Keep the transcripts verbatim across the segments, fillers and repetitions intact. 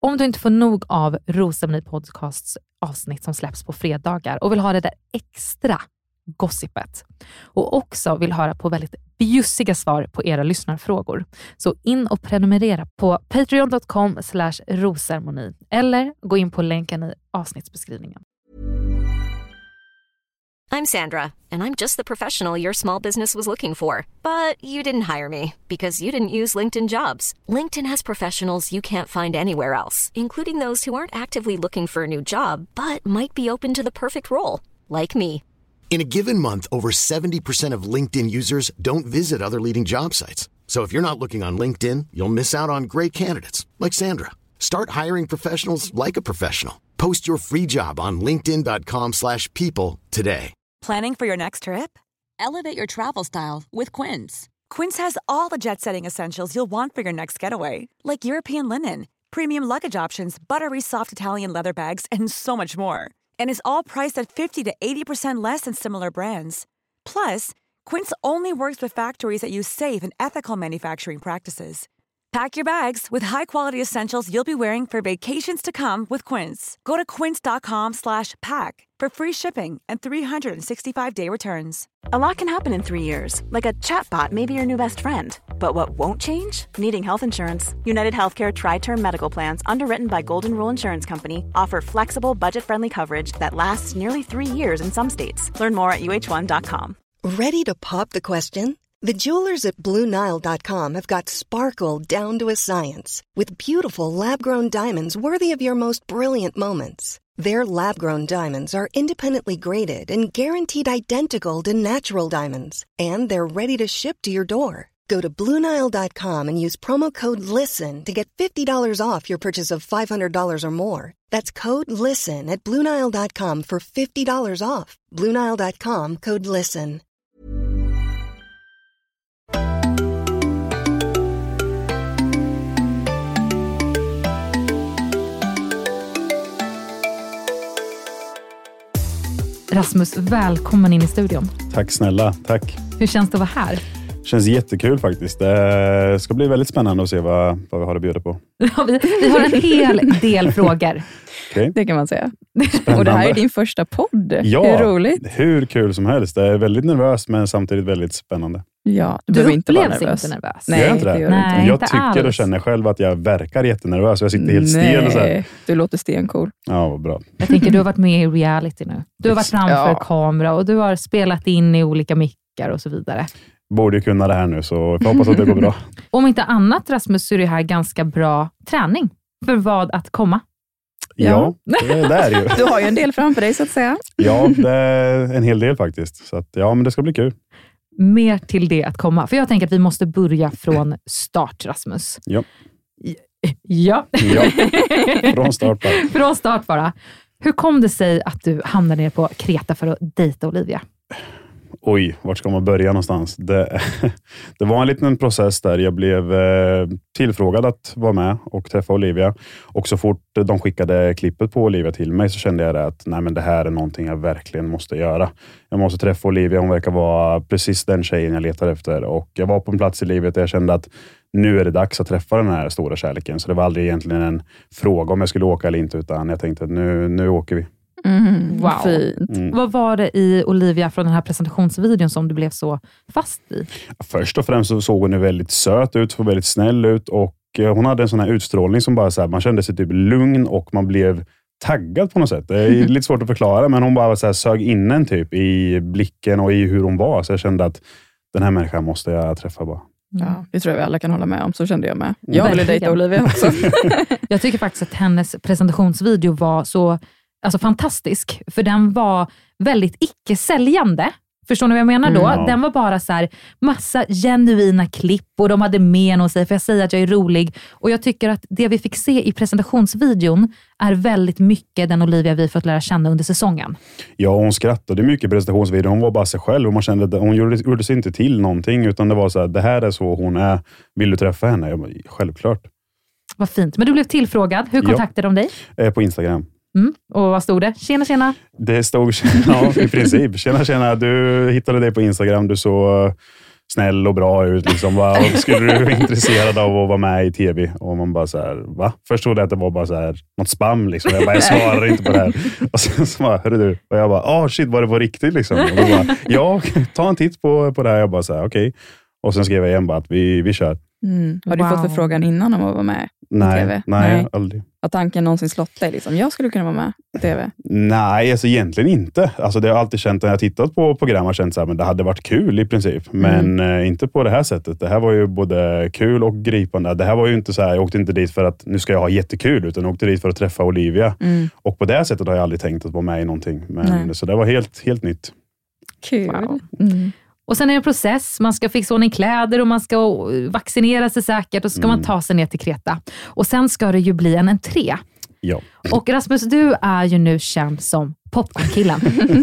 Om du inte får nog av Rosceremoni Podcasts avsnitt som släpps på fredagar och vill ha det där extra gossipet och också vill höra på väldigt bjussiga svar på era lyssnarfrågor, så in och prenumerera på patreon dot com slash rosceremoni eller gå in på länken i avsnittsbeskrivningen. I'm Sandra, and I'm just the professional your small business was looking for. But you didn't hire me because you didn't use LinkedIn Jobs. LinkedIn has professionals you can't find anywhere else, including those who aren't actively looking for a new job, but might be open to the perfect role, like me. In a given month, over seventy percent of LinkedIn users don't visit other leading job sites. So if you're not looking on LinkedIn, you'll miss out on great candidates like Sandra. Start hiring professionals like a professional. Post your free job on linkedin dot com slash people today. Planning for your next trip? Elevate your travel style with Quince. Quince has all the jet-setting essentials you'll want for your next getaway, like European linen, premium luggage options, buttery soft Italian leather bags, and so much more. And is all priced at fifty to eighty percent less than similar brands. Plus, Quince only works with factories that use safe and ethical manufacturing practices. Pack your bags with high-quality essentials you'll be wearing for vacations to come with Quince. Go to quince dot com slash pack for free shipping and three sixty-five day returns. A lot can happen in three years, like a chatbot may be your new best friend. But what won't change? Needing health insurance. United Healthcare Tri-Term Medical Plans, underwritten by Golden Rule Insurance Company, offer flexible, budget-friendly coverage that lasts nearly three years in some states. Learn more at U H one dot com. Ready to pop the question? The jewelers at Blue Nile dot com have got sparkle down to a science with beautiful lab-grown diamonds worthy of your most brilliant moments. Their lab-grown diamonds are independently graded and guaranteed identical to natural diamonds, and they're ready to ship to your door. Go to Blue Nile dot com and use promo code LISTEN to get fifty dollars off your purchase of five hundred dollars or more. That's code LISTEN at Blue Nile dot com for fifty dollars off. Blue Nile dot com, code LISTEN. Rasmus, välkommen in i studion. Tack snälla, tack. Hur känns det att vara här? Känns jättekul faktiskt. Det ska bli väldigt spännande att se vad, vad vi har att bjuda på. Ja, vi, vi har en hel del frågor. Okay. Det kan man säga. Spännande. Och det här är din första podd. Ja, hur roligt. Hur kul som helst. Det är väldigt nervöst men samtidigt väldigt spännande. Ja, du, du behöver inte vara nervös. nervös. Inte nervös. Nej, jag inte det. det Nej, jag inte tycker alls. och känner själv att jag verkar jättenervös. Jag sitter helt Nej, stel. Och så här. du låter stencool. Ja, vad bra. Jag tänker, du har varit med i reality nu. Du har varit framför Ja. kamera och du har spelat in i olika mickar och så vidare. Borde ju kunna det här nu, så jag hoppas att det går bra. Om inte annat, Rasmus, så är det här ganska bra träning för vad att komma. Ja, det är det är ju. Du har ju en del framför dig så att säga. Ja, det är en hel del faktiskt. Så att, ja, men det ska bli kul. Mer till det att komma. För jag tänker att vi måste börja från start, Rasmus. Ja. Ja. Ja, från start bara. Från start bara. Hur kom det sig att du hamnade ner på Kreta för att dejta Olivia? Oj, vart ska man börja någonstans? Det, det var en liten process där. Jag blev eh, tillfrågad att vara med och träffa Olivia. Och så fort de skickade klippet på Olivia till mig så kände jag att nej, men det här är någonting jag verkligen måste göra. Jag måste träffa Olivia. Hon verkar vara precis den tjejen jag letar efter. Och jag var på en plats i livet där jag kände att nu är det dags att träffa den här stora kärleken. Så det var aldrig egentligen en fråga om jag skulle åka eller inte, utan jag tänkte att nu, nu åker vi. Mm, Wow. Fint. Mm. Vad var det i Olivia från den här presentationsvideon som du blev så fast i? Först och främst så såg hon ju väldigt söt ut, såg väldigt snäll ut och hon hade en sån här utstrålning som bara så här, man kände sig typ lugn och man blev taggad på något sätt. Det är lite svårt att förklara, men hon bara så här sög in en typ i blicken och i hur hon var, så jag kände att den här människan måste jag träffa bara. Ja, det tror jag vi alla kan hålla med om. Så kände jag med. Jag ville Verkligen. dejta Olivia också. Jag tycker faktiskt att hennes presentationsvideo var så alltså, fantastisk. För den var väldigt icke-säljande. Förstår ni vad jag menar då? Mm. Den var bara så här massa genuina klipp och de hade med och säger, för jag säger att jag är rolig. Och jag tycker att det vi fick se i presentationsvideon är väldigt mycket den Olivia vi fått lära känna under säsongen. Ja, hon skrattade mycket i presentationsvideon. Hon var bara sig själv och man kände att hon gjorde, gjorde sig inte till någonting, utan det var så här, det här är så hon är. Vill du träffa henne? Jag bara, självklart. Vad fint. Men du blev tillfrågad. Hur kontaktade de dig? Eh, på Instagram. Mm. Och vad stod det? Tjena, tjena. Det stod, ja, i princip. Tjena, tjena. Du hittade dig på Instagram. Du såg snäll och bra ut. Liksom. Bara, och skulle du vara intresserad av att vara med i tv? Och man bara så här, va? Först trodde jag att det var bara så här, något spam. Liksom. Jag bara, jag svarar inte på det här. Och sen så bara, hörru du. Och jag bara, ah shit, var det på riktigt? Liksom. Och då bara, ja, ta en titt på, på det här. Jag bara så här, okej. Okay. Och sen skrev jag igen bara att vi, vi kör. Mm. Har du wow. fått förfrågan innan om att vara med i nej, tv? Nej, nej, aldrig. Har tanken någonsin slått dig? Liksom? Jag skulle kunna vara med i tv. Nej, alltså egentligen inte. Alltså det har jag alltid känt när jag tittat på program och känt så här, men det hade varit kul i princip. Men mm. eh, inte på det här sättet. Det här var ju både kul och gripande. Det här var ju inte så här, jag åkte inte dit för att nu ska jag ha jättekul, utan jag åkte dit för att träffa Olivia. Mm. Och på det här sättet har jag aldrig tänkt att vara med i någonting. Men, så det var helt, helt nytt. Kul. Wow. Mm. Och sen är det en process, man ska fixa ordning kläder och man ska vaccinera sig säkert och så ska mm. man ta sig ner till Kreta. Och sen ska det ju bli en entré. Ja. Och Rasmus, du är ju nu känd som popcornkillen.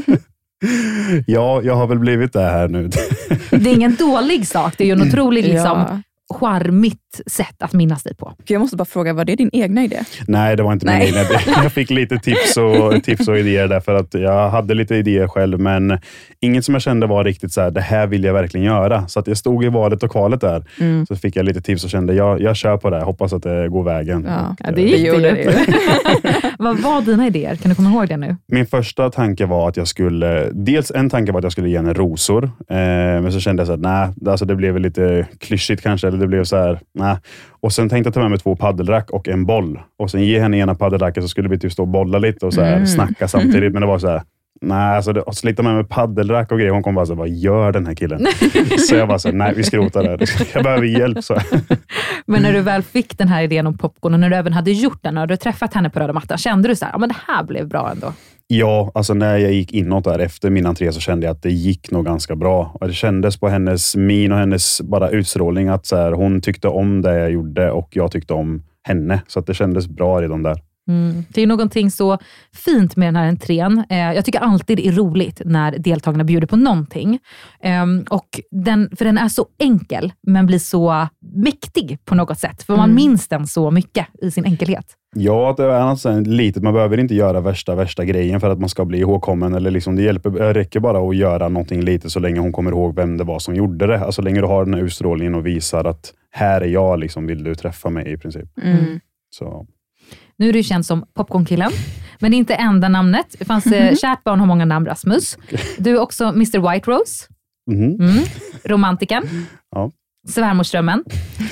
Ja, jag har väl blivit det här nu. Det är ingen dålig sak, det är ju en otroligt liksom... Ja. charmigt sätt att minnas dig på. Jag måste bara fråga, var det din egna idé? Nej, det var inte min egna idé. Jag fick lite tips och, tips och idéer därför att jag hade lite idéer själv, men inget som jag kände var riktigt så här, det här vill jag verkligen göra. Så att jag stod i valet och kvalet där. Mm. Så fick jag lite tips och kände, jag, jag kör på det. Hoppas att det går vägen. Ja, och, ja det gick det ju. Vad var dina idéer? Kan du komma ihåg det nu? Min första tanke var att jag skulle, dels en tanke var att jag skulle ge henne rosor. Eh, men så kände jag så att nej, alltså det blev lite klyschigt kanske, eller det blev så här, nej. Och sen tänkte jag ta med mig två paddelrack och en boll. Och sen ge henne ena paddelracket så skulle vi typ stå och bolla lite och så här, mm. snacka samtidigt. Men det var så här, nej, alltså det, slita med mig paddelrack och grejer. Hon kom bara så här, vad gör den här killen? Så jag bara så här, nej, vi skrotar det. Jag behöver hjälp. Så. Men när du väl fick den här idén om popcorn och när du även hade gjort den och du träffat henne på röda mattan, kände du så här, ja men det här blev bra ändå? Ja, alltså när jag gick inåt där efter min entré så kände jag att det gick nog ganska bra. Och det kändes på hennes min och hennes bara utstrålning att så här, hon tyckte om det jag gjorde och jag tyckte om henne. Så att det kändes bra redan där. Mm. Det är någonting så fint med den här entrén. Eh, jag tycker alltid det är roligt när deltagarna bjuder på någonting. Eh, och den, för den är så enkel men blir så mäktig på något sätt. För man mm. minns den så mycket i sin enkelhet. Ja, det är alltså litet. Man behöver inte göra värsta, värsta grejen för att man ska bli ihågkommen. Eller liksom, det, hjälper, det räcker bara att göra någonting lite så länge hon kommer ihåg vem det var som gjorde det. Alltså så länge du har den här utstrålningen och visar att här är jag, liksom, vill du träffa mig i princip. Mm. Så... Nu är du känd som popcornkillen, men det är inte enda namnet. Det fanns mm-hmm. kärt barn har många namn, Rasmus. Du är också mister White Rose. Mm-hmm. Mm. Romantiken. Ja. Svärmorsdrömmen.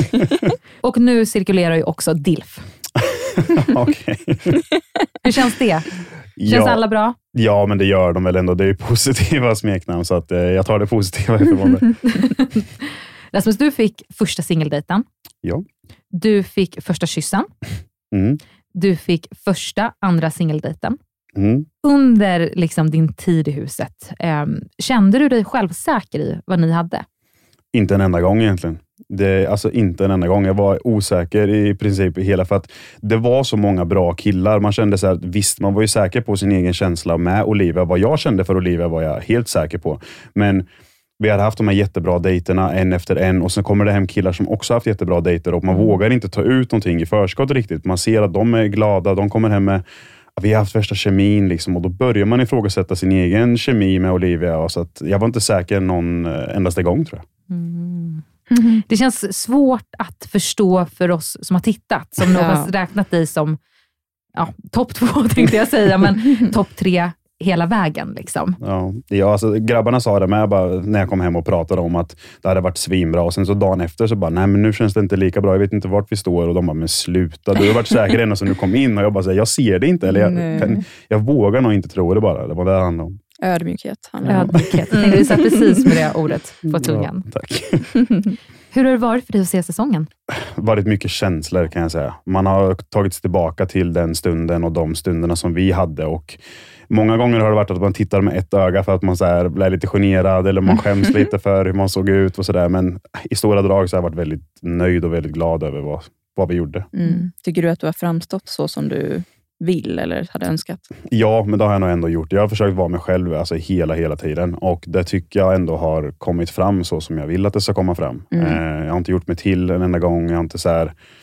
Och nu cirkulerar ju också D I L F. Okej. Hur känns det? Känns ja. alla bra? Ja, men det gör de väl ändå. Det är ju positiva smeknamn, så att, eh, jag tar det positiva ifrån det. Rasmus, du fick första singeldejten. Ja. Du fick första kyssen. Mm. Du fick första, andra singeldejten. Mm. Under liksom din tid i huset, eh, kände du dig självsäker i vad ni hade? Inte en enda gång egentligen. Det, alltså inte en enda gång. Jag var osäker i princip i hela, för att det var så många bra killar. Man kände så här, visst, man var ju säker på sin egen känsla med Olivia. Vad jag kände för Olivia var jag helt säker på. Men vi hade haft de här jättebra dejterna en efter en, och sen kommer det hem killar som också haft jättebra dejter och man mm. vågar inte ta ut någonting i förskott riktigt. Man ser att de är glada, de kommer hem med att vi har haft värsta kemin liksom, och då börjar man ifrågasätta sin egen kemi med Olivia. Och så att jag var inte säker någon endaste gång, tror jag. Mm. Mm. Det känns svårt att förstå för oss som har tittat, som nog har räknat dig som ja, topp två tänkte jag säga, men topp tre hela vägen liksom. Ja, ja alltså, grabbarna sa det med bara, när jag kom hem och pratade om att det hade varit svinbra, och sen så dagen efter så bara, nej men nu känns det inte lika bra, jag vet inte vart vi står, och de bara, men sluta, du har varit säker ända sedan du kom in, och jag bara, jag ser det inte, eller jag, kan, jag vågar nog inte tro det bara, det var det det handlade om. Ödmjukhet. Ödmjukhet. Jag tänkte precis med det ordet på tungan. Ja, tack. Hur har det varit för dig att se säsongen? Varit mycket känslor, kan jag säga. Man har tagit sig tillbaka till den stunden och de stunderna som vi hade, och många gånger har det varit att man tittar med ett öga för att man så här blir lite generad, eller man skäms lite för hur man såg ut och sådär. Men i stora drag så har jag varit väldigt nöjd och väldigt glad över vad, vad vi gjorde. Mm. Tycker du att du har framstått så som du vill eller hade önskat? Ja, men det har jag nog ändå gjort. Jag har försökt vara mig själv alltså hela, hela tiden. Och det tycker jag ändå har kommit fram så som jag vill att det ska komma fram. Mm. Eh, jag har inte gjort mig till en enda gång. Jag har inte så här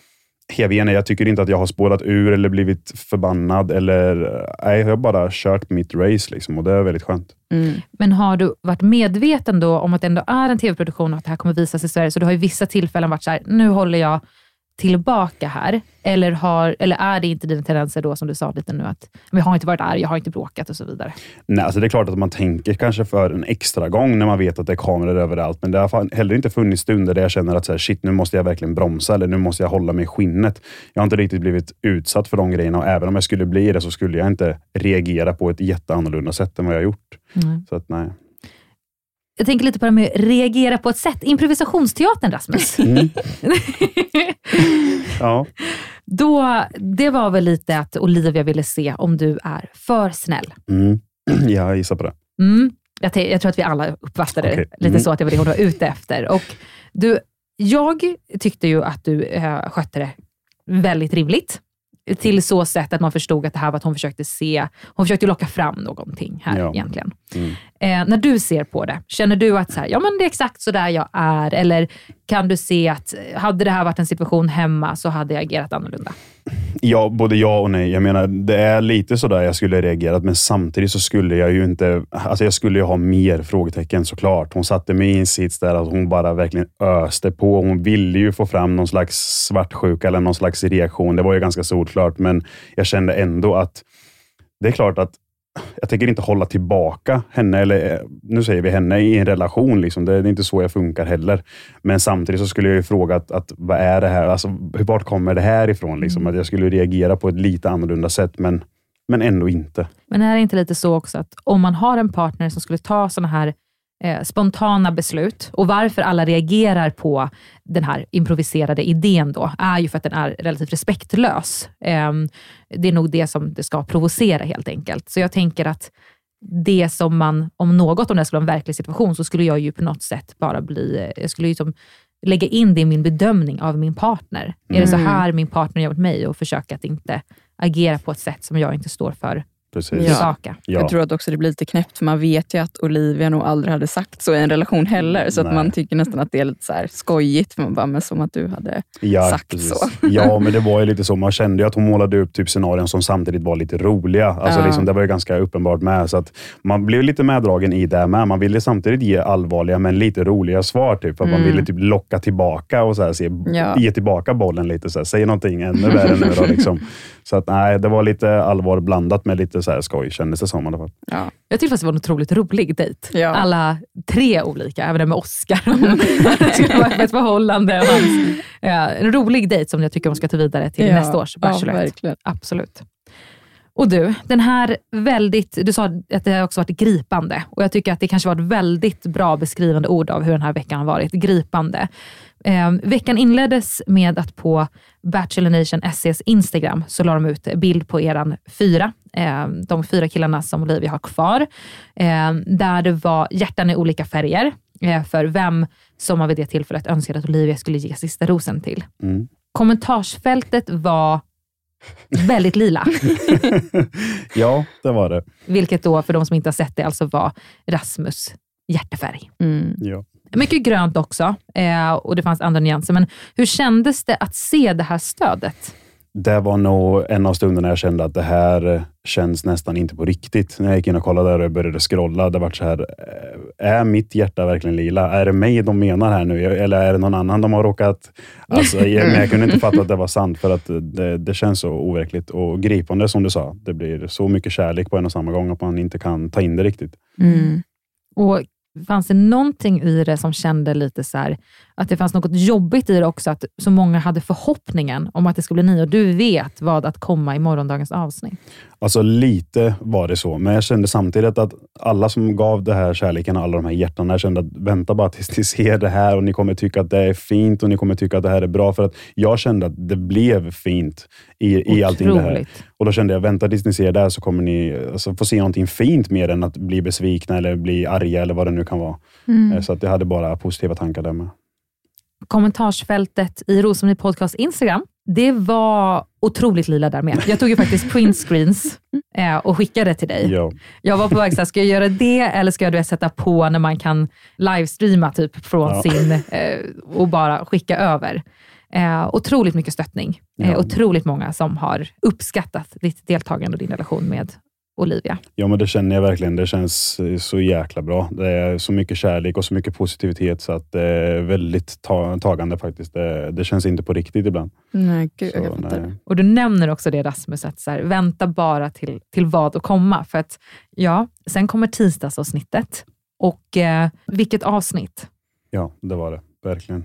jag vet inte, jag tycker inte att jag har spårat ur eller blivit förbannad. Eller, nej, jag har bara kört mitt race liksom, och det är väldigt skönt. Mm. Men har du varit medveten då om att det ändå är en tv-produktion och att det här kommer visas i Sverige? Så du har ju vissa tillfällen varit så här, nu håller jag tillbaka här. Eller, har, eller är det inte dina tendenser då som du sa lite nu att vi har inte varit arg, jag har inte bråkat och så vidare? Nej, alltså det är klart att man tänker kanske för en extra gång när man vet att det är kameror överallt. Men det har heller inte funnits stunder där jag känner att så här, shit, nu måste jag verkligen bromsa eller nu måste jag hålla mig i skinnet. Jag har inte riktigt blivit utsatt för de grejerna och även om jag skulle bli det så skulle jag inte reagera på ett jätteannorlunda sätt än vad jag har gjort. Mm. Så att nej. Jag tänker lite på det med reagera på ett sätt. Improvisationsteatern, Rasmus. Mm. Ja. Då, det var väl lite att Olivia ville se om du är för snäll. Mm. Jag gissar på det. Mm. Jag, te- jag tror att vi alla uppfattade okay. lite mm. så att det var det hon var ute efter. Och du, jag tyckte ju att du äh, skötte det väldigt rimligt. Till så sätt att man förstod att det här var att hon försökte se, hon försökte locka fram någonting här ja. egentligen. Mm. Eh, när du ser på det, känner du att så här, ja men det är exakt så där jag är? Eller kan du se att hade det här varit en situation hemma så hade jag agerat annorlunda? Ja, både ja och nej. Jag menar, det är lite så där jag skulle reagerat, men samtidigt så skulle jag ju inte, alltså jag skulle ju ha mer frågetecken såklart. Hon satte mig i en sits där att hon bara verkligen öste på. Hon ville ju få fram någon slags svartsjuka eller någon slags reaktion. Det var ju ganska solklart, men jag kände ändå att det är klart att jag tänker inte hålla tillbaka henne, eller nu säger vi henne i en relation liksom. Det är inte så jag funkar heller. Men samtidigt så skulle jag ju fråga att, att vad är det här? Alltså, vart kommer det här ifrån? Liksom? Mm. Att jag skulle reagera på ett lite annorlunda sätt, men, men ändå inte. Men är det inte lite så också att om man har en partner som skulle ta såna här eh, spontana beslut, och varför alla reagerar på den här improviserade idén då, är ju för att den är relativt respektlös. Eh, det är nog det som det ska provocera helt enkelt. Så jag tänker att det som man, om något om det skulle vara en verklig situation, så skulle jag ju på något sätt bara bli, jag skulle ju som lägga in det i min bedömning av min partner. Mm. Är det så här min partner gör mot mig, och försöka att inte agera på ett sätt som jag inte står för. Precis. Ja. Ja. Jag tror att också det blir lite knäppt, för man vet ju att Olivia nog aldrig hade sagt så i en relation heller, så att man tycker nästan att det är lite så här skojigt, för man bara, men som att du hade ja, sagt precis. så. Ja, men det var ju lite så, man kände ju att hon målade upp typ scenarion som samtidigt var lite roliga, alltså ja. liksom, det var ju ganska uppenbart med, så att man blev lite meddragen i det med, man ville samtidigt ge allvarliga men lite roliga svar typ, för att mm. man ville typ locka tillbaka och så här, se, ja. ge tillbaka bollen lite så här, säg någonting ännu värre nu då liksom. Så att nej, det var lite allvar blandat med lite så här skoj, kändes det som i alla fall. Ja. Jag tyckte att det var en otroligt rolig dejt. Ja. Alla tre olika, även den med Oscar. Det skulle vara ett förhållande. Och hans, ja, en rolig dejt som jag tycker man ska ta vidare till ja. nästa års Bachelorette. Ja, verkligen. Absolut. Och du, den här väldigt, du sa att det har också varit gripande. Och jag tycker att det kanske var ett väldigt bra beskrivande ord av hur den här veckan har varit. Gripande. Eh, veckan inleddes med att på Bachelor Nation S C:s Instagram så la de ut bild på eran fyra. Eh, de fyra killarna som Olivia har kvar. Eh, där det var hjärtan i olika färger. Eh, för vem som man vid det tillfället önskade att Olivia skulle ge sista rosen till. Mm. Kommentarsfältet var väldigt lila. Ja, det var det. Vilket då, för de som inte har sett det, alltså var Rasmus hjärtefärg. Mm. Ja. Mycket grönt också. Eh, och det fanns andra nyanser. Men hur kändes det att se det här stödet? Det var nog en av stunderna jag kände att det här känns nästan inte på riktigt. När jag gick in och kollade där och började scrolla, det var så här, är mitt hjärta verkligen lila? Är det mig de menar här nu? Eller är det någon annan de har råkat? Alltså, jag, men jag kunde inte fatta att det var sant, för att det, det känns så overkligt och gripande som du sa. Det blir så mycket kärlek på en och samma gång att man inte kan ta in det riktigt. Mm. Och fanns det någonting i det som kände lite så här, att det fanns något jobbigt i det också, att så många hade förhoppningen om att det skulle bli ni, och du vet vad att komma i morgondagens avsnitt? Alltså lite var det så, men jag kände samtidigt att alla som gav det här kärleken och alla de här hjärtarna, jag kände att vänta bara tills ni ser det här och ni kommer tycka att det är fint och ni kommer tycka att det här är bra, för att jag kände att det blev fint i, i allting det här. Och då kände jag, vänta tills ni ser det här så kommer ni alltså, få se någonting fint mer än att bli besvikna eller bli arga eller vad det nu kan vara. Mm. Så att jag hade bara positiva tankar där med. Kommentarsfältet i Rosomny Podcast Instagram, det var otroligt lila där med. Jag tog ju faktiskt printscreens eh, och skickade till dig. Ja. Jag var på väg så här, ska jag göra det eller ska jag sätta på när man kan livestreama typ från ja. sin eh, och bara skicka över. Eh, otroligt mycket stöttning. Ja. Eh, otroligt många som har uppskattat ditt deltagande och din relation med Olivia. Ja, men det känner jag verkligen. Det känns så jäkla bra. Det är så mycket kärlek och så mycket positivitet så att det är väldigt ta- tagande faktiskt. Det, det känns inte på riktigt ibland. Nej, gud, så, jag fattar. Nej. Och du nämner också det, Rasmus, att så här, vänta bara till, till vad att komma. För att, ja, sen kommer tisdagsavsnittet. Och eh, vilket avsnitt? Ja, det var det. Verkligen.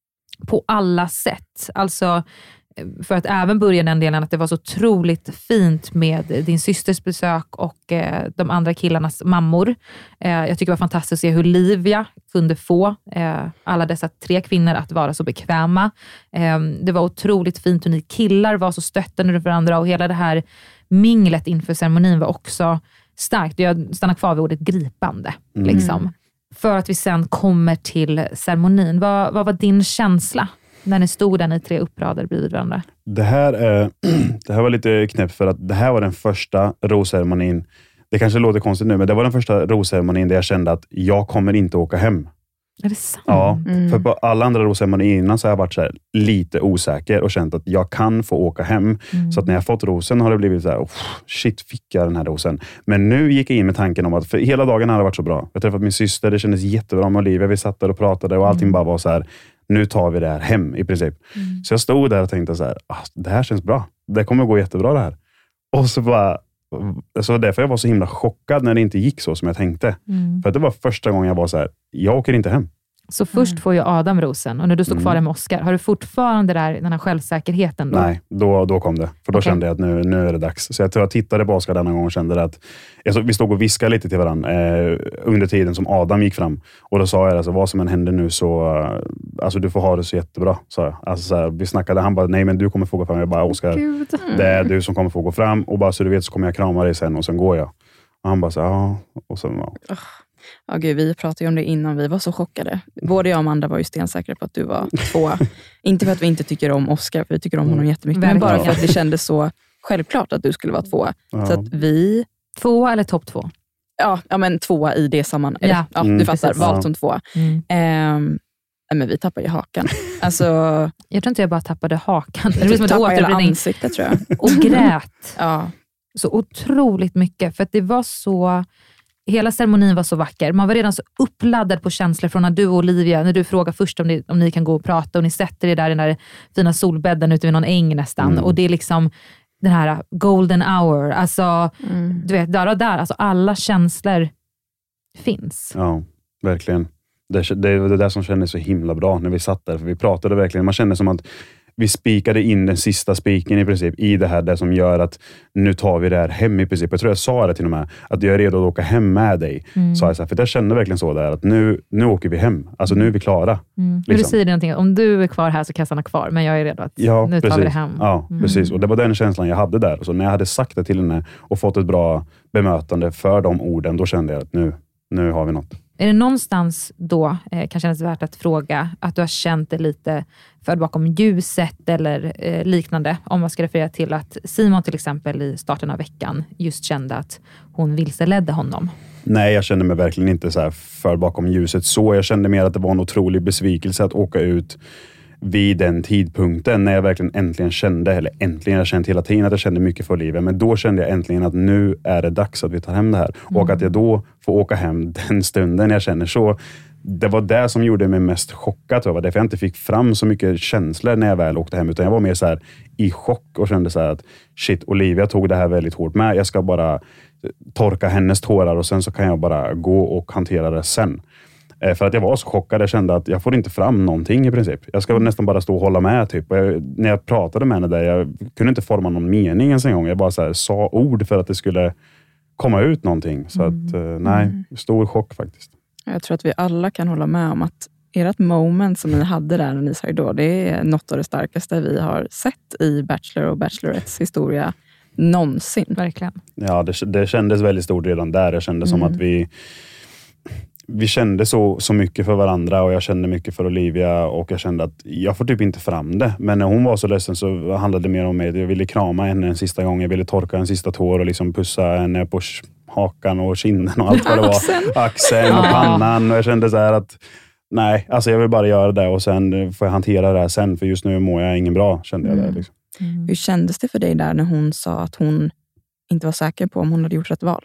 På alla sätt. Alltså, för att även börja den delen att det var så otroligt fint med din systers besök och eh, de andra killarnas mammor. Eh, jag tycker det var fantastiskt att se hur Livia kunde få eh, alla dessa tre kvinnor att vara så bekväma. Eh, det var otroligt fint hur ni killar var så stöttande för varandra och hela det här minglet inför ceremonin var också starkt. Jag stannar kvar vid ordet gripande. Mm. Liksom. För att vi sen kommer till ceremonin. Vad, vad var din känsla när ni stod där, ni tre uppradade bredvid varandra? Det här, eh, det här var lite knäppt för att det här var den första rosceremonin. Det kanske låter konstigt nu, men det var den första rosceremonin där jag kände att jag kommer inte åka hem. Är det sant? Ja, Mm. för på alla andra rosceremonier innan så har jag varit så här lite osäker och känt att jag kan få åka hem. Mm. Så att när jag fått rosen har det blivit så här, oh, shit, fick jag den här rosen. Men nu gick jag in med tanken om att, för hela dagen hade det varit så bra. Jag träffat min syster, det kändes jättebra med Olivia. Vi satt där och pratade och allting Mm. bara var så här, nu tar vi det här hem i princip. Mm. Så jag stod där och tänkte så här, ah, det här känns bra. Det kommer gå jättebra det här. Och så bara, så därför jag var så himla chockad när det inte gick så som jag tänkte. Mm. För att det var första gången jag var så här, jag åker inte hem. Så först Mm. får ju Adam rosen och när du stod kvar Mm. med Oscar, har du fortfarande där, den här självsäkerheten då? Nej, då, då kom det. För då Okej. kände jag att nu, nu är det dags. Så jag tror jag tittade på Oscar denna gång och kände att jag så, vi stod och viskade lite till varandra eh, under tiden som Adam gick fram. Och då sa jag alltså, vad som än händer nu så eh, alltså, du får ha det så jättebra, sa jag. Alltså, så här, vi snackade, han bara, nej men du kommer få gå fram. Jag bara, Oscar, Gud. det är du som kommer få gå fram. Och bara så du vet så kommer jag krama dig sen och sen går jag. Och han bara så ja. Och sen, ja. Ja, gud, vi pratade ju om det innan, vi var så chockade. Både jag och Amanda var ju stensäkra på att du var två. Inte för att vi inte tycker om Oscar, för vi tycker om honom jättemycket. Men bara för att det kändes så självklart att du skulle vara två. Ja. Så att vi... Två eller topp två? Ja, ja men tvåa i det sammanhanget. Ja. Ja, Mm, du fattar, precis. valt Ja. som två. Mm. Ehm, nej, men vi tappar ju hakan. Alltså, Jag tror inte jag bara tappade hakan. Det du blir som ett tappar hela återupprepning. ansiktet tror jag. Och grät Ja. så otroligt mycket. För att det var så... Hela ceremonin var så vacker. Man var redan så uppladdad på känslor från när du och Olivia, när du frågar först om ni, om ni kan gå och prata och ni sätter er där i den där fina solbädden ute vid någon äng nästan. Mm. Och det är liksom den här golden hour. Alltså, Mm. du vet, där och där. Alltså alla känslor finns. Ja, verkligen. Det, det var det där som kändes så himla bra när vi satt där. För vi pratade verkligen. Man kände som att vi spikade in den sista spiken i princip i det här. Det som gör att nu tar vi det här hem i princip. Jag tror jag sa det till och med. Att jag är redo att åka hem med dig. Mm. Sa jag så här, för jag kände verkligen så där. Att nu, nu åker vi hem. Alltså nu är vi klara. Mm. Men du Liksom. säger det någonting, om du är kvar här så kan jag stanna kvar. Men jag är redo att Ja, nu tar precis. vi det hem. Ja, Mm. precis. Och det var den känslan jag hade där. Och så när jag hade sagt det till henne och fått ett bra bemötande för de orden, då kände jag att nu, nu har vi något. Är det någonstans då, eh, kan kännas värt att fråga, att du har känt det lite för bakom ljuset eller eh, liknande, om man ska referera till att Simon till exempel i starten av veckan just kände att hon vilseledde honom? Nej, jag kände mig verkligen inte så här för bakom ljuset så. Jag kände mer att det var en otrolig besvikelse att åka ut vid den tidpunkten när jag verkligen äntligen kände, eller äntligen, jag har känt hela tiden att jag kände mycket för Olivia, men då kände jag äntligen att nu är det dags att vi tar hem det här. Mm. Och att jag då får åka hem den stunden jag känner så. Det var det som gjorde mig mest chockad, tror jag. Därför jag inte fick fram så mycket känslor när jag väl åkte hem, utan jag var mer så här i chock och kände så här att shit, Olivia tog det här väldigt hårt med. Jag ska bara torka hennes tårar och sen så kan jag bara gå och hantera det sen. För att jag var så chockad, jag kände att jag får inte fram någonting i princip. Jag ska nästan bara stå och hålla med typ. Och jag, när jag pratade med henne där, jag kunde inte forma någon mening ens en gång. Jag bara så här, sa ord för att det skulle komma ut någonting. Så Mm. att nej, stor chock faktiskt. Jag tror att vi alla kan hålla med om att ert moment som ni hade där när ni sa då, det är något av det starkaste vi har sett i Bachelor och Bachelorettes historia någonsin. Verkligen. Ja, det, det kändes väldigt stort redan där. Jag kände som Mm. att vi vi kände så, så mycket för varandra och jag kände mycket för Olivia och jag kände att jag får typ inte fram det. Men när hon var så ledsen så handlade det mer om mig. Jag ville krama henne en sista gång. Jag ville torka en sista tår och liksom pussa henne på hakan och kinden och allt vad det var. Axeln. Axeln och pannan. Och jag kände så här att nej, alltså jag vill bara göra det och sen får jag hantera det här sen, för just nu mår jag ingen bra, kände jag. Mm. Där, liksom. Mm. Hur kändes det för dig där när hon sa att hon inte var säker på om hon hade gjort rätt val?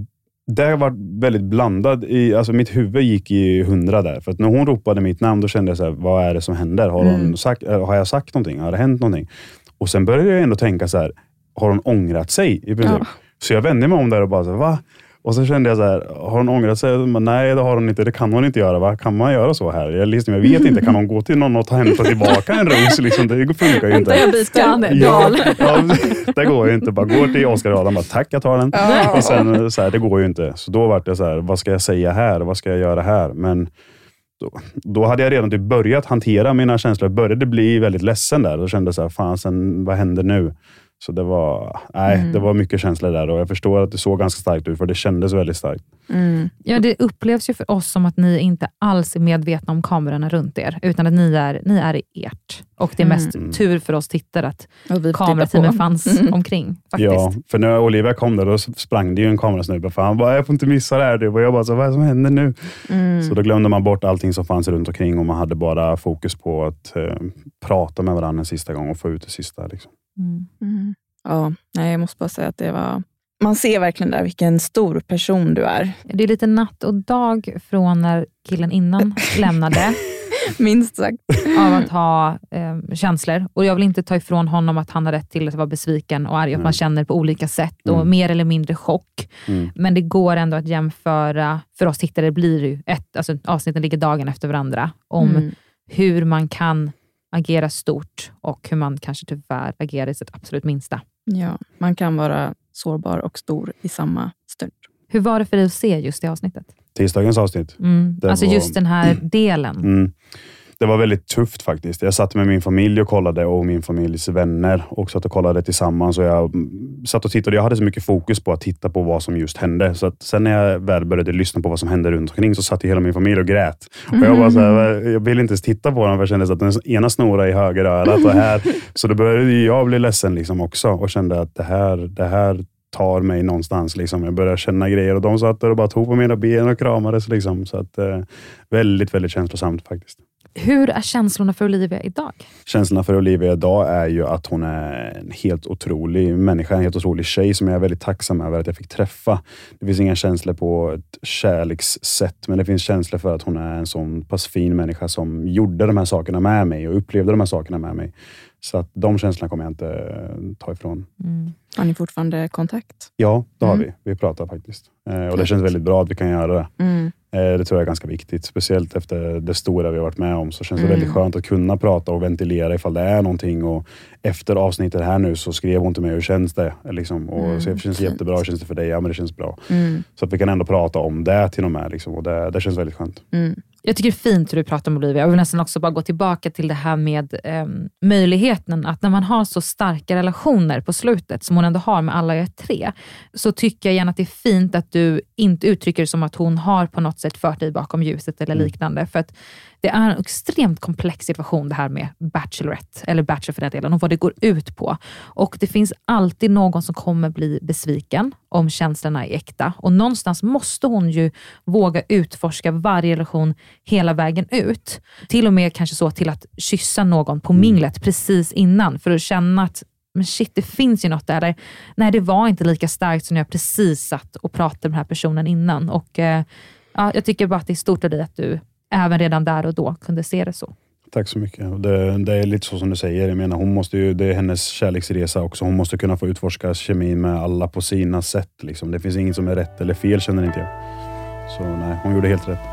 Det var väldigt blandad. I, alltså mitt huvud gick i hundra där. För att när hon ropade mitt namn, då kände jag så här, vad är det som händer? Har, hon mm. sagt, har jag sagt någonting? Har det hänt någonting? Och sen började jag ändå tänka så här, har hon ångrat sig i princip? Ja. Så jag vände mig om där och bara så här, va? Och så kände jag så här, har hon ångrat sig? Men nej, det har hon inte. Det kan hon inte göra, va? Kan man göra så här? Jag, liksom, jag vet inte, kan hon gå till någon och ta hämta tillbaka en ros? Liksom, det funkar ju inte. Jag byter ja, ja, det går ju inte. Bara går till Oscar och Adam, bara tack, jag tar den. Ja. Och sen så här, det går ju inte. Så då var det så här, vad ska jag säga här? Vad ska jag göra här? Men då, då hade jag redan typ börjat hantera mina känslor. Jag började bli väldigt ledsen där. Då kände jag så här, fan, sen, vad händer nu? Så det var, nej, mm. det var mycket känslor där och jag förstår att det såg ganska starkt ut för det kändes väldigt starkt. Mm. Ja, det upplevs ju för oss som att ni inte alls är medvetna om kamerorna runt er, utan att ni är, ni är i ert. Och det är mest mm. tur för oss tittare att kamerateamet fanns mm. omkring. Faktiskt. Ja, för när Olivia kom där, då sprang det ju en kamerasnubbe. För han bara, jag får inte missa det här. Och jag bara, så, vad är det som händer nu? Mm. Så då glömde man bort allting som fanns runt omkring och man hade bara fokus på att eh, prata med varandra en sista gång och få ut det sista. Liksom. Mm. Mm. Ja, nej, jag måste bara säga att det var... Man ser verkligen där vilken stor person du är. Det är lite natt och dag från när killen innan lämnade. Minst sagt. Av att ha eh, känslor. Och jag vill inte ta ifrån honom att han har rätt till att vara besviken och arg. Mm. Att man känner på olika sätt och mm. mer eller mindre chock. Mm. Men det går ändå att jämföra. För oss tittare blir det ju ett, alltså avsnitten ligger dagen efter varandra. Om mm. hur man kan agera stort och hur man kanske tyvärr agerar i sitt absolut minsta. Ja, man kan vara sårbar och stor i samma stund. Hur var det för dig att se just det avsnittet? Tisdagens avsnitt. Mm. Alltså var... just den här delen. Mm. Det var väldigt tufft faktiskt. Jag satt med min familj och kollade och min familjs vänner och satt och kollade tillsammans. Och jag satt och tittade. Jag hade så mycket fokus på att titta på vad som just hände. Så att sen när jag väl började lyssna på vad som hände runt omkring så satt hela min familj och grät. Och jag var så här, jag ville inte ens titta på dem för jag kände att den ena snora i höger örat och här. Så då började jag bli ledsen liksom också och kände att det här, det här tar mig någonstans. Liksom. Jag började känna grejer och de satt där och bara tog på mina ben och kramades. Liksom. Så att, eh, väldigt, väldigt känslosamt faktiskt. Hur är känslorna för Olivia idag? Känslorna för Olivia idag är ju att hon är en helt otrolig människa, en helt otrolig tjej som jag är väldigt tacksam över att jag fick träffa. Det finns inga känslor på ett kärlekssätt, men det finns känslor för att hon är en sån pass fin människa som gjorde de här sakerna med mig och upplevde de här sakerna med mig. Så att de känslorna kommer jag inte ta ifrån. Mm. Har ni fortfarande kontakt? Ja, det har mm. vi. Vi pratar faktiskt. Eh, och det känns väldigt bra att vi kan göra det. Mm. Eh, det tror jag är ganska viktigt. Speciellt efter det stora vi har varit med om så känns det mm. väldigt skönt att kunna prata och ventilera ifall det är någonting. Och efter avsnittet här nu så skrev hon till mig hur känns det? Liksom. Och mm. så det känns Fint. jättebra. Hur känns det för dig? Ja, men det känns bra. Mm. Så att vi kan ändå prata om det till och med. Liksom. Och det, det känns väldigt skönt. Mm. Jag tycker det är fint hur du pratar om Olivia. Jag vill nästan också bara gå tillbaka till det här med eh, möjligheten att när man har så starka relationer på slutet som hon ändå har med alla er tre, så tycker jag gärna att det är fint att du inte uttrycker det som att hon har på något sätt fört dig bakom ljuset eller liknande. För att det är en extremt komplex situation det här med Bachelorette, eller Bachelor för den delen, och vad det går ut på. Och det finns alltid någon som kommer bli besviken om känslorna är äkta. Och någonstans måste hon ju våga utforska varje relation hela vägen ut. Till och med kanske så till att kyssa någon på minglet precis innan, för att känna att men shit, det finns ju något där. Nej, det var inte lika starkt som när jag precis satt och pratade med den här personen innan. Och eh, ja, jag tycker bara att det är stort av dig att du även redan där och då kunde se det så. Tack så mycket. Det, det är lite så som du säger. Jag menar, hon måste ju, det är hennes kärleksresa också. Hon måste kunna få utforska kemin med alla på sina sätt. Liksom. Det finns inget som är rätt eller fel, känner inte jag. Så nej, hon gjorde helt rätt.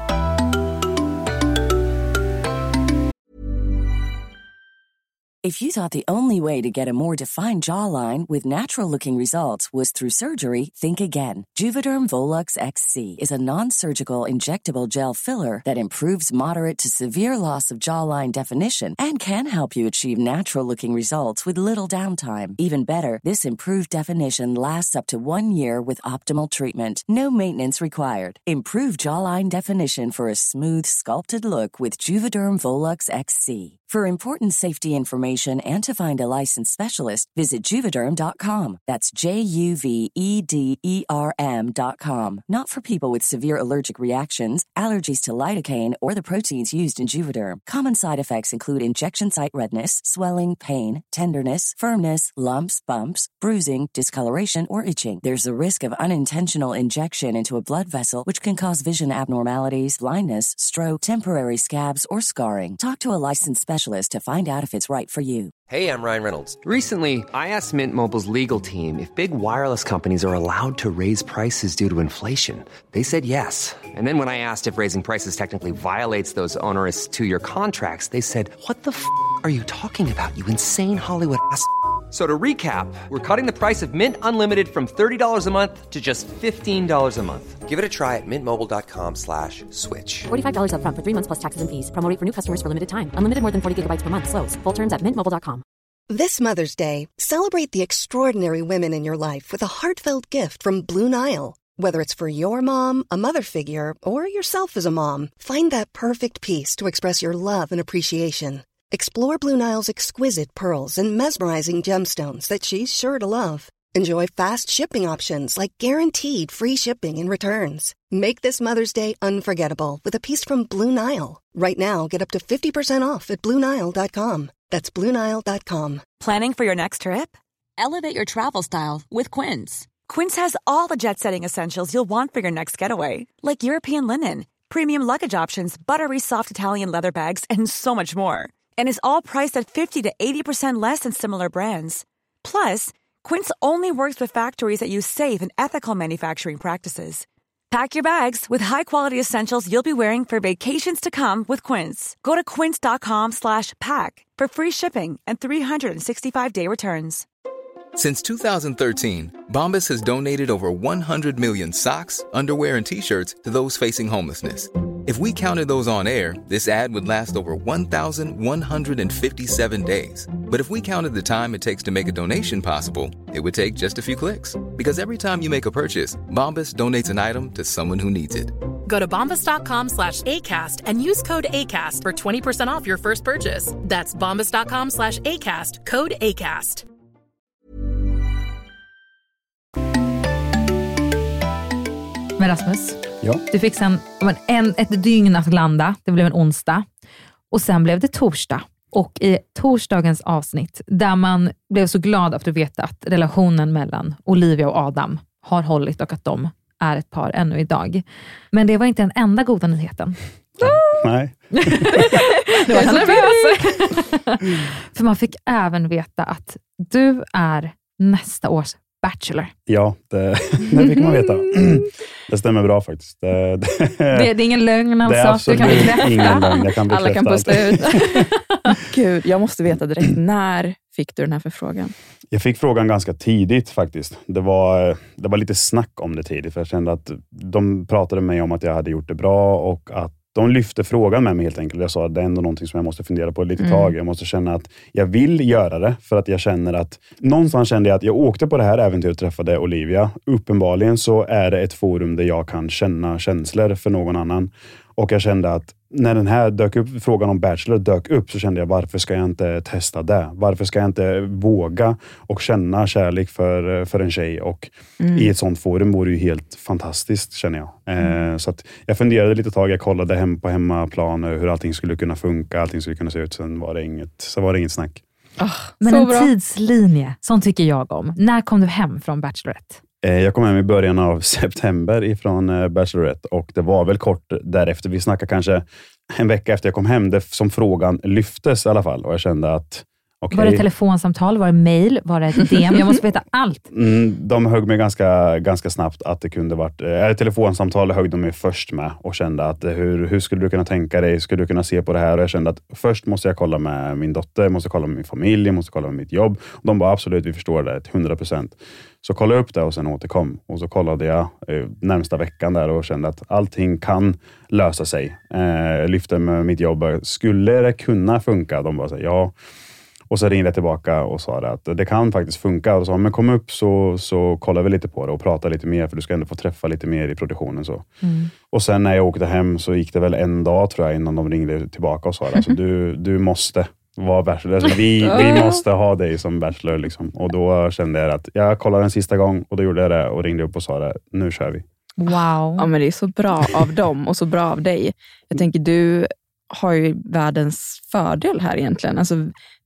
If you thought the only way to get a more defined jawline with natural-looking results was through surgery, think again. Juvederm Volux X C is a non-surgical injectable gel filler that improves moderate to severe loss of jawline definition and can help you achieve natural-looking results with little downtime. Even better, this improved definition lasts up to one year with optimal treatment. No maintenance required. Improve jawline definition for a smooth, sculpted look with Juvederm Volux X C. For important safety information information and to find a licensed specialist, visit Juvederm dot com. That's J U V E D E R M dot com. Not for people with severe allergic reactions, allergies to lidocaine, or the proteins used in Juvederm. Common side effects include injection site redness, swelling, pain, tenderness, firmness, lumps, bumps, bruising, discoloration, or itching. There's a risk of unintentional injection into a blood vessel, which can cause vision abnormalities, blindness, stroke, temporary scabs, or scarring. Talk to a licensed specialist to find out if it's right for you. Hey, I'm Ryan Reynolds. Recently, I asked Mint Mobile's legal team if big wireless companies are allowed to raise prices due to inflation. They said yes. And then when I asked if raising prices technically violates those onerous two-year contracts, they said, what the f*** are you talking about, you insane Hollywood ass f- So to recap, we're cutting the price of Mint Unlimited from thirty dollars a month to just fifteen dollars a month. Give it a try at mintmobile.com slash switch. forty-five dollars up front for three months plus taxes and fees. Promo rate for new customers for limited time. Unlimited more than forty gigabytes per month. Slows full terms at mint mobile dot com. This Mother's Day, celebrate the extraordinary women in your life with a heartfelt gift from Blue Nile. Whether it's for your mom, a mother figure, or yourself as a mom, find that perfect piece to express your love and appreciation. Explore Blue Nile's exquisite pearls and mesmerizing gemstones that she's sure to love. Enjoy fast shipping options like guaranteed free shipping and returns. Make this Mother's Day unforgettable with a piece from Blue Nile. Right now, get up to fifty percent off at blue nile dot com. That's blue nile dot com. Planning for your next trip? Elevate your travel style with Quince. Quince has all the jet-setting essentials you'll want for your next getaway, like European linen, premium luggage options, buttery soft Italian leather bags, and so much more. And is all priced at fifty to eighty percent less than similar brands. Plus, Quince only works with factories that use safe and ethical manufacturing practices. Pack your bags with high-quality essentials you'll be wearing for vacations to come with Quince. Go to quince.com slash pack for free shipping and three sixty-five day returns. Since two thousand thirteen, Bombas has donated over one hundred million socks, underwear, and T-shirts to those facing homelessness. If we counted those on air, this ad would last over one thousand one hundred fifty-seven days. But if we counted the time it takes to make a donation possible, it would take just a few clicks. Because every time you make a purchase, Bombas donates an item to someone who needs it. Go to bombas.com slash ACAST and use code ACAST for twenty percent off your first purchase. That's bombas.com slash ACAST, code ACAST. Men Rasmus, ja. Du fick sen en, ett dygn att landa. Det blev en onsdag. Och sen blev det torsdag. Och i torsdagens avsnitt, där man blev så glad att du vet att relationen mellan Olivia och Adam har hållit och att de är ett par ännu idag. Men det var inte den enda goda nyheten. Nej. Det var så nervös. För man fick även veta att du är nästa års Bachelor. Ja, det, det fick man veta. Det stämmer bra faktiskt. Det, det, det, det är ingen lögn alltså. Det är absolut du kan bekräfta. Ingen lögn. Jag kan bekräfta. Alla kan pussla ut. Gud, jag måste veta direkt. När fick du den här förfrågan? Jag fick frågan ganska tidigt faktiskt. Det var, det var lite snack om det tidigt. För jag kände att de pratade med mig om att jag hade gjort det bra. Och att de lyfte frågan med mig helt enkelt. Jag sa att det är ändå någonting som jag måste fundera på lite mm. tag. Jag måste känna att jag vill göra det. För att jag känner att någonstans kände jag att jag åkte på det här äventyret och träffade Olivia. Uppenbarligen så är det ett forum där jag kan känna känslor för någon annan. Och jag kände att när den här dök upp, frågan om Bachelor dök upp, så kände jag, varför ska jag inte testa det? Varför ska jag inte våga och känna kärlek för, för en tjej? Och mm. i ett sånt forum vore ju helt fantastiskt, känner jag. Mm. Eh, så att jag funderade lite tag, jag kollade hem på hemmaplan hur allting skulle kunna funka, allting skulle kunna se ut. Sen var det inget, så var det inget snack. Oh, Men en bra. Tidslinje, sånt tycker jag om. När kom du hem från Bachelorette? Jag kom hem i början av september ifrån Bachelorette och det var väl kort därefter. Vi snackade kanske en vecka efter jag kom hem det, som frågan lyftes i alla fall. Och jag kände att... Okay. Var det telefonsamtal? Var det mail? Var det ett D M? Jag måste veta allt. Mm, de högg mig ganska, ganska snabbt att det kunde varit... Äh, telefonsamtal högg de mig först med och kände att hur, hur skulle du kunna tänka dig? Skulle du kunna se på det här? Och jag kände att först måste jag kolla med min dotter, jag måste kolla med min familj, jag måste kolla med mitt jobb. Och de bara absolut, vi förstår det till hundra procent. Så kollade jag upp det och sen återkom. Och så kollade jag eh, närmsta veckan där och kände att allting kan lösa sig. Eh, lyfte med mitt jobb. Skulle det kunna funka? De bara sa ja. Och så ringde jag tillbaka och sa det att det kan faktiskt funka. Och så, men kom upp så, så kollar vi lite på det och pratar lite mer. För du ska ändå få träffa lite mer i produktionen. Så. Mm. Och sen när jag åkte hem så gick det väl en dag tror jag innan de ringde tillbaka och sa det. Alltså, du, du måste vara bachelor. Alltså, vi, vi måste ha dig som bachelor. Liksom. Och då kände jag att jag kollade en sista gång och då gjorde jag det och ringde upp och sa det. Nu kör vi. Wow. Ja, men det är så bra av dem och så bra av dig. Jag tänker, du har ju världens fördel här egentligen. Alltså,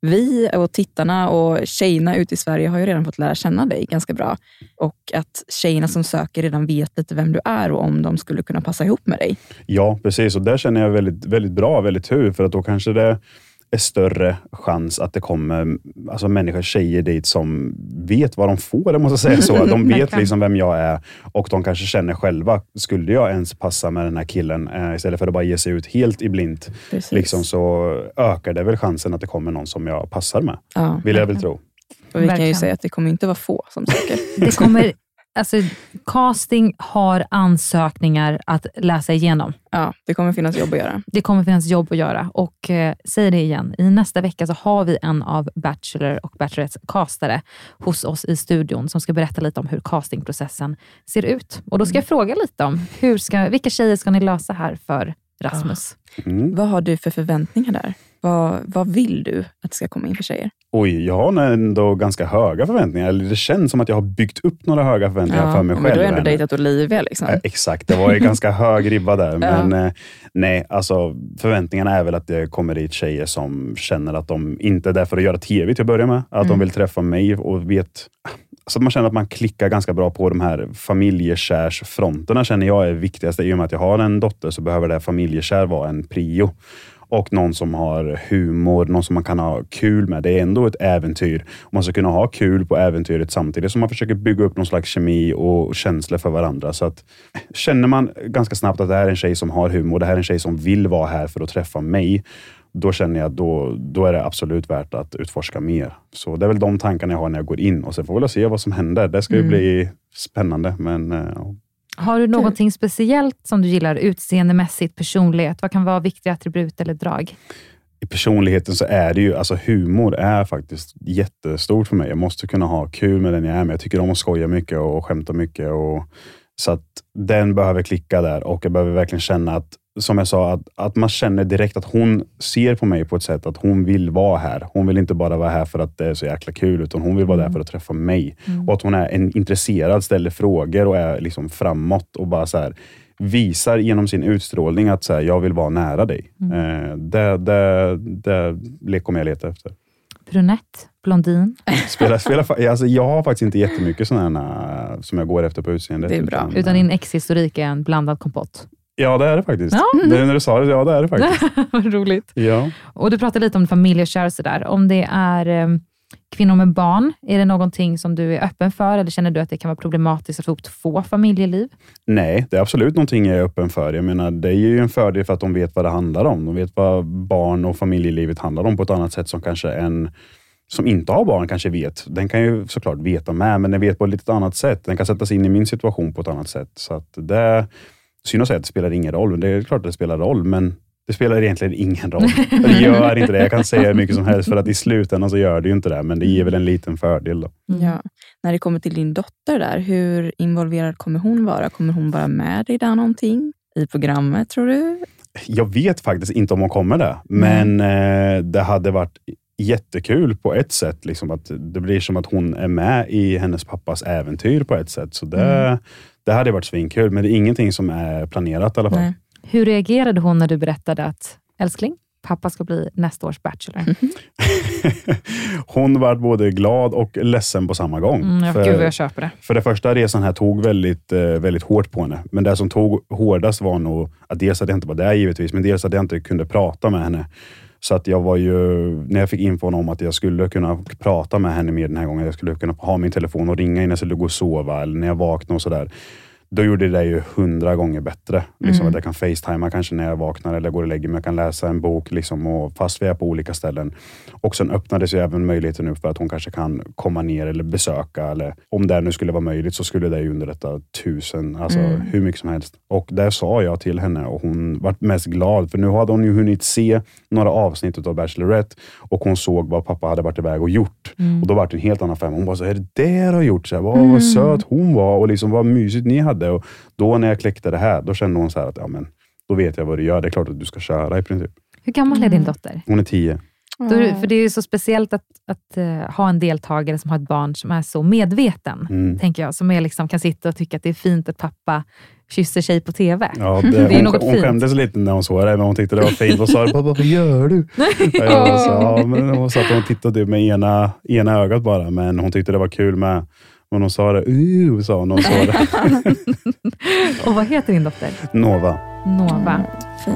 vi och tittarna och tjejerna ute i Sverige har ju redan fått lära känna dig ganska bra. Och att tjejerna som söker redan vet lite vem du är och om de skulle kunna passa ihop med dig. Ja, precis. Och där känner jag väldigt, väldigt bra, väldigt tur. För att då kanske det är större chans att det kommer alltså människor, tjejer dit som vet vad de får, jag måste säga så. De vet liksom vem jag är och de kanske känner själva, skulle jag ens passa med den här killen eh, istället för att bara ge sig ut helt i blint liksom, så ökar det väl chansen att det kommer någon som jag passar med. Ja, vill jag väl tro. Och vi Verkligen. kan ju säga att det kommer inte vara få som söker. Det kommer, alltså casting har ansökningar att läsa igenom. Ja, det kommer finnas jobb att göra. Det kommer finnas jobb att göra. Och eh, säg det igen, i nästa vecka så har vi en av Bachelor och Bachelorettes castare hos oss i studion som ska berätta lite om hur castingprocessen ser ut. Och då ska jag fråga lite om hur ska, vilka tjejer ska ni lösa här för Rasmus? Mm. Vad har du för förväntningar där? Vad, vad vill du att det ska komma in för tjejer? Oj, jag har ändå ganska höga förväntningar. Eller det känns som att jag har byggt upp några höga förväntningar ja, för mig men själv. Men du har ändå dejtat Olivia liksom. Eh, exakt, det var ju ganska hög ribba där. Men ja. eh, nej, alltså förväntningarna är väl att det kommer dit tjejer som känner att de inte är där för att göra tv till att börja med. Att mm. de vill träffa mig och vet... Så att man känner att man klickar ganska bra på de här familjekärsfronterna känner jag är viktigast. I och med att jag har en dotter så behöver det här familjekär vara en prio. Och någon som har humor, någon som man kan ha kul med. Det är ändå ett äventyr. Man ska kunna ha kul på äventyret samtidigt som man försöker bygga upp någon slags kemi och känslor för varandra. Så att känner man ganska snabbt att det här är en tjej som har humor, det här är en tjej som vill vara här för att träffa mig, då känner jag att då, då är det absolut värt att utforska mer. Så det är väl de tankarna jag har när jag går in. Och sen får vi se vad som händer. Det ska ju mm. bli spännande. Men, ja. Har du någonting speciellt som du gillar utseendemässigt, personlighet? Vad kan vara viktiga attribut eller drag? I personligheten så är det ju, alltså humor är faktiskt jättestort för mig. Jag måste kunna ha kul med den jag är med. Jag tycker om att skoja mycket och skämta mycket. Och, så att den behöver klicka där och jag behöver verkligen känna att, som jag sa, att, att man känner direkt att hon ser på mig på ett sätt att hon vill vara här. Hon vill inte bara vara här för att det är så jäkla kul, utan hon vill vara mm. där för att träffa mig. Mm. Och att hon är en intresserad, ställer frågor och är liksom framåt och bara så här visar genom sin utstrålning att så här, jag vill vara nära dig. Mm. Eh, det, det, det, det kommer jag leta efter. Brunett, blondin. Spela, spela, alltså jag har faktiskt inte jättemycket sådana som jag går efter på utseendet. Det är bra. Utan, utan din ex-historik är en blandad kompott. Ja, det är det faktiskt. Ja. Det, när du sa det, ja det är det faktiskt. Vad roligt. Ja. Och du pratade lite om familjekär och sådär. Om det är eh, kvinnor med barn, är det någonting som du är öppen för? Eller känner du att det kan vara problematiskt att få ihop två familjeliv? Nej, det är absolut någonting jag är öppen för. Jag menar, det är ju en fördel för att de vet vad det handlar om. De vet vad barn och familjelivet handlar om på ett annat sätt som kanske en som inte har barn kanske vet. Den kan ju såklart veta med, men den vet på ett lite annat sätt. Den kan sätta sig in i min situation på ett annat sätt. Så att det, synd att säga att det spelar ingen roll. Det är klart att det spelar roll, men det spelar egentligen ingen roll. Det gör inte det. Jag kan säga mycket som helst för att i slutändan så gör det ju inte det. Men det ger väl en liten fördel då. Ja. När det kommer till din dotter där, hur involverad kommer hon vara? Kommer hon vara med dig där någonting i programmet, tror du? Jag vet faktiskt inte om hon kommer där. Men mm. eh, det hade varit jättekul på ett sätt. Liksom, att det blir som att hon är med i hennes pappas äventyr på ett sätt. Så det, mm. det hade varit svinkul. Men det är ingenting som är planerat i alla fall. Nej. Hur reagerade hon när du berättade att, älskling, pappa ska bli nästa års bachelor? Mm. Hon var både glad och ledsen på samma gång. Mm, ja, för, gud, jag köper det. För det första resan här tog väldigt, väldigt hårt på henne. Men det som tog hårdast var nog att dels att jag inte var där givetvis, men dels att jag inte kunde prata med henne. Så att jag var ju, när jag fick infon om att jag skulle kunna prata med henne mer den här gången, jag skulle kunna ha min telefon och ringa innan jag skulle gå och sova eller när jag vaknade och sådär. Då gjorde det ju hundra gånger bättre. Liksom, mm. Att jag kan facetima kanske när jag vaknar eller går och lägger mig. Jag kan läsa en bok liksom, och fast vi är på olika ställen. Och sen öppnades ju även möjligheten nu för att hon kanske kan komma ner eller besöka. Eller om det nu skulle vara möjligt så skulle det ju underlätta tusen, alltså mm. hur mycket som helst. Och där sa jag till henne och hon var mest glad. För nu hade hon ju hunnit se några avsnitt av Bachelorette. Och hon såg vad pappa hade varit iväg och gjort. Mm. Och då var det en helt annan fem. Hon bara så, är det det du har gjort? Så här, vad, mm. vad söt hon var och liksom vad mysigt ni hade. Och då när jag kläckte det här, då kände hon så här att ja, men, då vet jag vad du gör. Det är klart att du ska köra i princip. Hur gammal är din dotter? Hon är tio. Då, för det är ju så speciellt att, att uh, ha en deltagare som har ett barn som är så medveten, mm. tänker jag. Som är liksom, kan sitta och tycka att det är fint att pappa kysser sig på tv. Ja, det, det är hon, något hon fint. skämdes lite när hon såg det, men hon tyckte det var fint. Och sa, pappa, vad gör du? Jag sa, ja, men hon sa att hon tittade med ena, ena ögat bara, men hon tyckte det var kul med. Men hon sa det, uh, sa hon, hon sa det. Och vad heter din dotter? Nova. Nova. Mm, fin.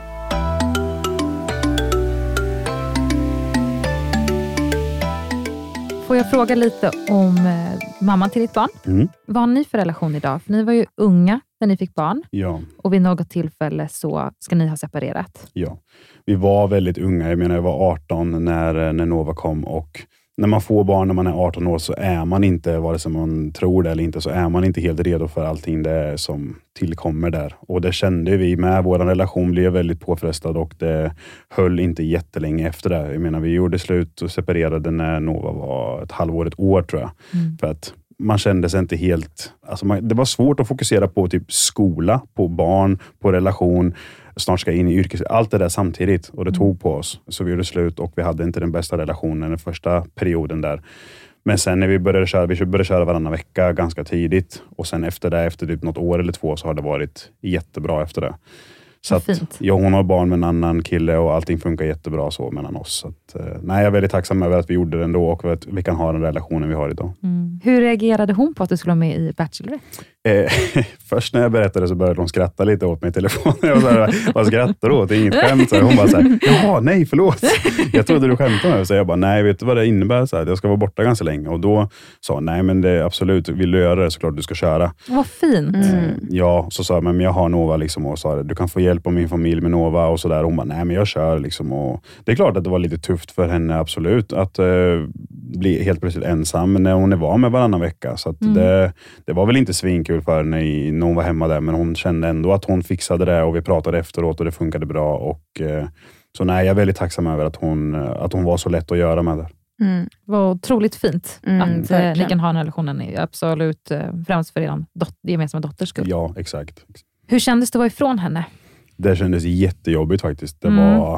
Får jag fråga lite om eh, mamman till ditt barn? Mm. Vad har ni för relation idag? För ni var ju unga när ni fick barn. Ja. Och vid något tillfälle så ska ni ha separerat. Ja. Vi var väldigt unga. Jag menar, jag var arton när, när Nova kom. Och när man får barn när man är arton år så är man inte, vare sig man tror det eller inte, så är man inte helt redo för allting det som tillkommer där. Och det kände vi med. Vår relation blev väldigt påfrestad och det höll inte jättelänge efter det. Jag menar, vi gjorde slut och separerade när Nova var ett halvår, ett år tror jag. Mm. För att man kände sig inte helt... Alltså man, det var svårt att fokusera på typ skola, på barn, på relation. Snart ska in i yrkes... Allt det där samtidigt. Och det mm. tog på oss. Så vi gjorde slut och vi hade inte den bästa relationen den första perioden där. Men sen när vi började köra, vi började köra varannan vecka ganska tidigt. Och sen efter det, efter typ något år eller två, så har det varit jättebra efter det. Så att, ja, hon har barn med en annan kille och allting funkar jättebra så mellan oss. Så att, nej, jag är väldigt tacksam över att vi gjorde det ändå och att vi kan ha den relationen vi har idag. Mm. Hur reagerade hon på att du skulle vara med i Bachelorette? Eh, först när jag berättade så började hon skratta lite åt mig i telefonen. Jag var så här, vad skrattar du åt? Det är inget skämt. Så hon bara så här, jaha, nej, förlåt. Jag trodde du skämtade med mig. Så jag bara, nej, vet du vad det innebär? Så här, jag ska vara borta ganska länge. Och då sa hon, nej, men det är absolut, vill du göra det så klart du ska köra. Vad fint. Mm. Ja, så sa jag, men jag har Nova liksom, och sa, du kan få hjälp av min familj med Nova och sådär. Hon bara, nej, men jag kör liksom. Och det är klart att det var lite tufft för henne, absolut, att eh, bli helt plötsligt ensam när hon var med varannan vecka. Så att mm. det, det var väl inte svinkul för henne när hon var hemma där, men hon kände ändå att hon fixade det och vi pratade efteråt och det funkade bra. Och, eh, så nej, jag är väldigt tacksam över att hon, att hon var så lätt att göra med det. Mm. Det var otroligt fint mm, att verkligen. Ni kan ha den här relationen. Absolut, främst för er dot- gemensamma dotters skull. Ja, exakt. Hur kändes det att vara ifrån henne? Det kändes jättejobbigt faktiskt. Det Mm. var...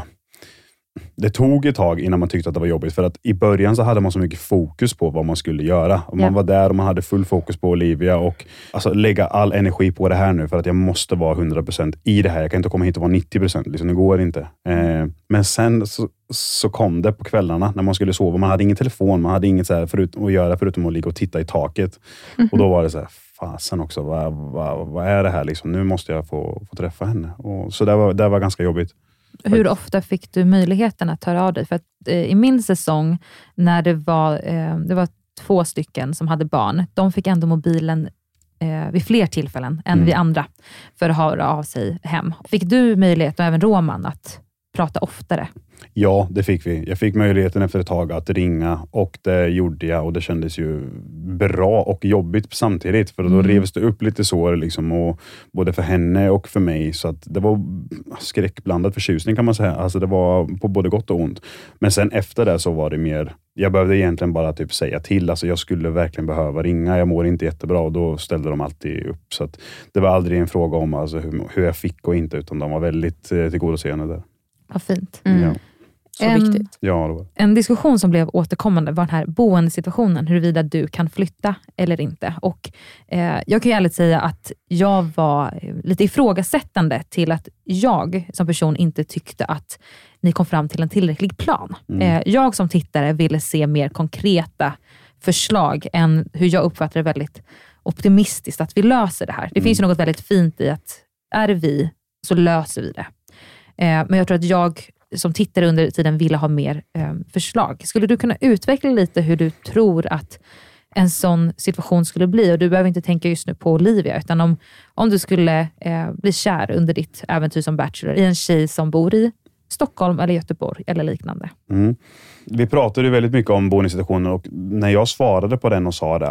Det tog ett tag innan man tyckte att det var jobbigt. För att i början så hade man så mycket fokus på vad man skulle göra. Och man ja. var där och man hade full fokus på Olivia. Och alltså, lägga all energi på det här nu. För att jag måste vara hundra procent i det här. Jag kan inte komma hit och vara nittio procent. Liksom, det går inte. Eh, men sen så, så kom det på kvällarna när man skulle sova. Man hade ingen telefon. Man hade inget så här förut, att göra förutom att ligga och titta i taket. Mm-hmm. Och då var det så här, fasen också. Vad, vad, vad är det här liksom? Nu måste jag få, få träffa henne. Och, så det var, det var ganska jobbigt. Hur ofta fick du möjligheten att höra av dig? För att eh, i min säsong, när det var, eh, det var två stycken som hade barn, de fick ändå mobilen eh, vid fler tillfällen än mm. vi andra för att höra av sig hem. Fick du möjlighet, och även Roman, att prata oftare? Ja, det fick vi. Jag fick möjligheten efter ett tag att ringa och det gjorde jag och det kändes ju bra och jobbigt samtidigt, för då mm. revs det upp lite sår liksom, och både för henne och för mig, så att det var skräckblandad förtjusning kan man säga. Alltså det var på både gott och ont. Men sen efter det så var det mer, jag behövde egentligen bara typ säga till, alltså jag skulle verkligen behöva ringa, jag mår inte jättebra, och då ställde de alltid upp. Så att det var aldrig en fråga om alltså, hur, hur jag fick och inte, utan de var väldigt eh, tillgodoseende där. Vad fint. Mm. Ja. Så en, viktigt. Ja, det var. En diskussion som blev återkommande var den här boendesituationen, huruvida du kan flytta eller inte. Och eh, jag kan ju ärligt säga att jag var lite ifrågasättande till att jag som person inte tyckte att ni kom fram till en tillräcklig plan. Mm. Eh, jag som tittare ville se mer konkreta förslag än hur jag uppfattar det väldigt optimistiskt att vi löser det här. Det mm. finns ju något väldigt fint i att är det vi så löser vi det. Eh, men jag tror att jag som tittare under tiden ville ha mer eh, förslag. Skulle du kunna utveckla lite hur du tror att en sån situation skulle bli? Och du behöver inte tänka just nu på Olivia, utan om, om du skulle eh, bli kär under ditt äventyr som bachelor i en tjej som bor i Stockholm eller Göteborg eller liknande. Mm. Vi pratade ju väldigt mycket om boendesituationen, och när jag svarade på den och sa det att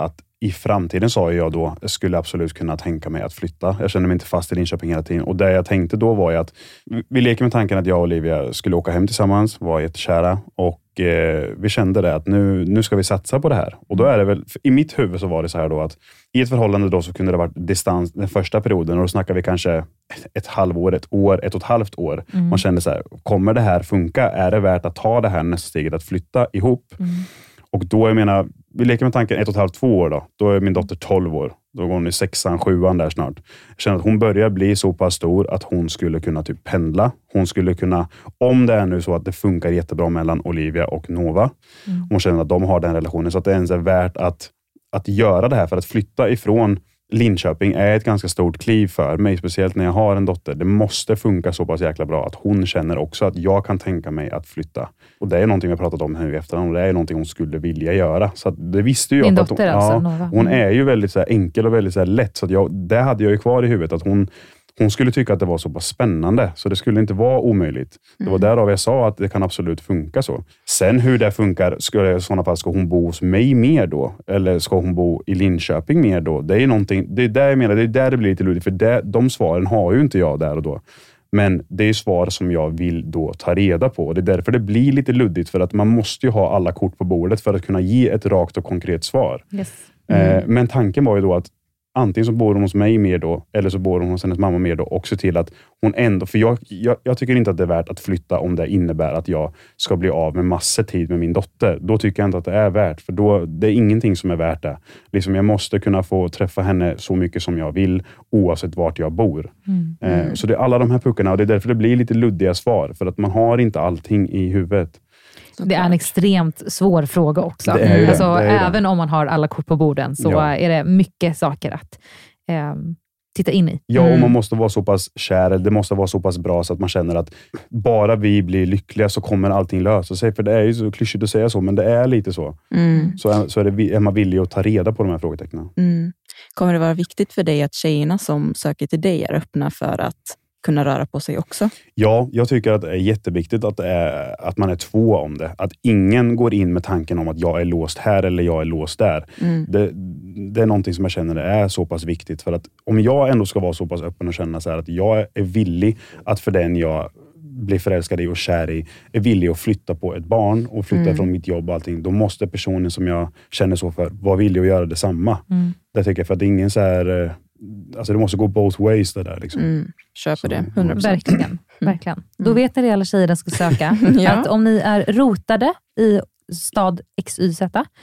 i framtiden sa jag då, jag skulle absolut kunna tänka mig att flytta. Jag kände mig inte fast i Linköping hela tiden. Och det jag tänkte då var ju att vi leker med tanken att jag och Olivia skulle åka hem tillsammans, var jättekära. Och eh, vi kände det att nu, nu ska vi satsa på det här. Och då är det väl, i mitt huvud så var det så här då att i ett förhållande då så kunde det varit distans den första perioden. Och då snackar vi kanske ett, ett halvår, ett år, ett och ett halvt år. Mm. Man kände så här, kommer det här funka? Är det värt att ta det här nästa steget att flytta ihop? Mm. Och då, jag menar, vi leker med tanken ett och ett halvt, två år då. Då är min dotter tolv år. Då går hon i sexan, sjuan där snart. Jag känner att hon börjar bli så pass stor att hon skulle kunna typ pendla. Hon skulle kunna, om det är nu så att det funkar jättebra mellan Olivia och Nova. Mm. Hon känner att de har den relationen så att det ens är värt att, att göra det här. För att flytta ifrån Linköping är ett ganska stort kliv för mig, speciellt när jag har en dotter. Det måste funka så pass jäkla bra att hon känner också att jag kan tänka mig att flytta. Och det är någonting vi har pratat om nu i efterhand och det är någonting hon skulle vilja göra. Så att det visste ju jag. Din att dotter hon, alltså, ja, Nova. hon är ju väldigt så här enkel och väldigt så här lätt. Så att jag, det hade jag ju kvar i huvudet att hon Hon skulle tycka att det var så pass spännande. Så det skulle inte vara omöjligt. Mm. Det var därav jag sa att det kan absolut funka så. Sen hur det funkar, skulle i sådana fall, ska hon bo hos mig mer då? Eller ska hon bo i Linköping mer då? Det är någonting, det är där jag menar, det är där det blir lite luddigt. För det, de svaren har ju inte jag där och då. Men det är svar som jag vill då ta reda på. Det är därför det blir lite luddigt. För att man måste ju ha alla kort på bordet för att kunna ge ett rakt och konkret svar. Yes. Mm. Eh, men tanken var ju då att antingen så bor hon hos mig mer då, eller så bor hon hos hennes mamma mer då, och se till att hon ändå, för jag, jag, jag tycker inte att det är värt att flytta om det innebär att jag ska bli av med massor tid med min dotter. Då tycker jag inte att det är värt, för då, det är ingenting som är värt det. Liksom jag måste kunna få träffa henne så mycket som jag vill, oavsett vart jag bor. Mm. Eh, så det är alla de här puckarna, och det är därför det blir lite luddiga svar, för att man har inte allting i huvudet. Det är en extremt svår fråga också. Det är ju alltså, det, det är även det. om man har alla kort på borden så Ja. är det mycket saker att eh, titta in i. Ja, och man måste vara så pass kär, eller det måste vara så pass bra så att man känner att bara vi blir lyckliga så kommer allting lösa sig. För det är ju så klyschigt att säga så, men det är lite så. Mm. Så, är, så är, det, är man villig att ta reda på de här frågetecknen. Mm. Kommer det vara viktigt för dig att tjejerna som söker till dig är öppna för att kunna röra på sig också? Ja, jag tycker att det är jätteviktigt att, det är, att man är två om det. Att ingen går in med tanken om att jag är låst här eller jag är låst där. Mm. Det, det är någonting som jag känner är så pass viktigt. För att om jag ändå ska vara så pass öppen och känna så här att jag är villig att för den jag blir förälskad i och kär i är villig att flytta på ett barn och flytta mm. från mitt jobb och allting. Då måste personen som jag känner så för vara villig att göra detsamma. Mm. Det tycker jag, för att det är ingen så här... Alltså det måste gå both ways det där liksom. Mm, köper det, hundra procent. Verkligen, verkligen. Mm. Då vet ni det, alla tjejer ska söka. Ja. Att om ni är rotade i stad X Y Z eh,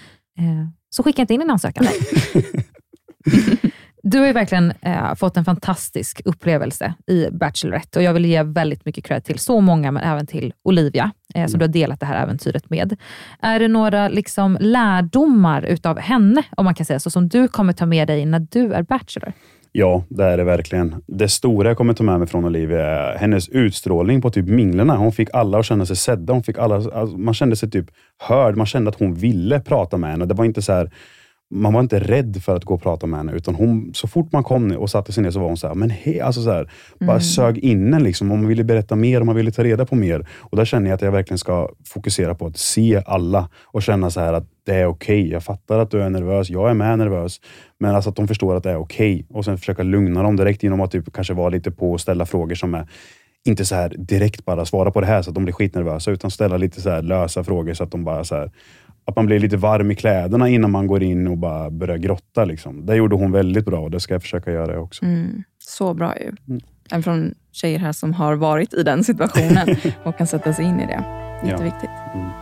så skicka inte in en ansökan. Du har ju verkligen eh, fått en fantastisk upplevelse i Bachelorette. Och jag vill ge väldigt mycket cred till så många, men även till Olivia eh, som mm. du har delat det här äventyret med. Är det några liksom, lärdomar utav henne, om man kan säga så, som du kommer ta med dig när du är Bachelor? Ja, det är det verkligen. Det stora jag kommer ta med mig från Olivia är hennes utstrålning på typ minglerna. Hon fick alla att känna sig sedda. Hon fick alla, alltså, man kände sig typ hörd. Man kände att hon ville prata med henne. Det var inte så här... Man var inte rädd för att gå och prata med henne, utan hon, så fort man kom och satte sig ner så var hon så här, men hej, alltså så här, bara mm. sög in en liksom, om man ville berätta mer, om man ville ta reda på mer. Och där känner jag att jag verkligen ska fokusera på att se alla och känna så här att det är okej. Okay. Jag fattar att du är nervös, jag är med nervös, men alltså att de förstår att det är okej. Okay. Och sen försöka lugna dem direkt genom att typ kanske vara lite på och ställa frågor som är inte så här direkt bara svara på det här så att de blir skitnervösa, utan ställa lite så här lösa frågor så att de bara så här, att man blir lite varm i kläderna innan man går in och bara börjar grotta liksom. Det gjorde hon väldigt bra och det ska jag försöka göra också. Mm, så bra ju. Mm. Även från tjejer här som har varit i den situationen och kan sätta sig in i det. Jätteviktigt. Ja. Mm.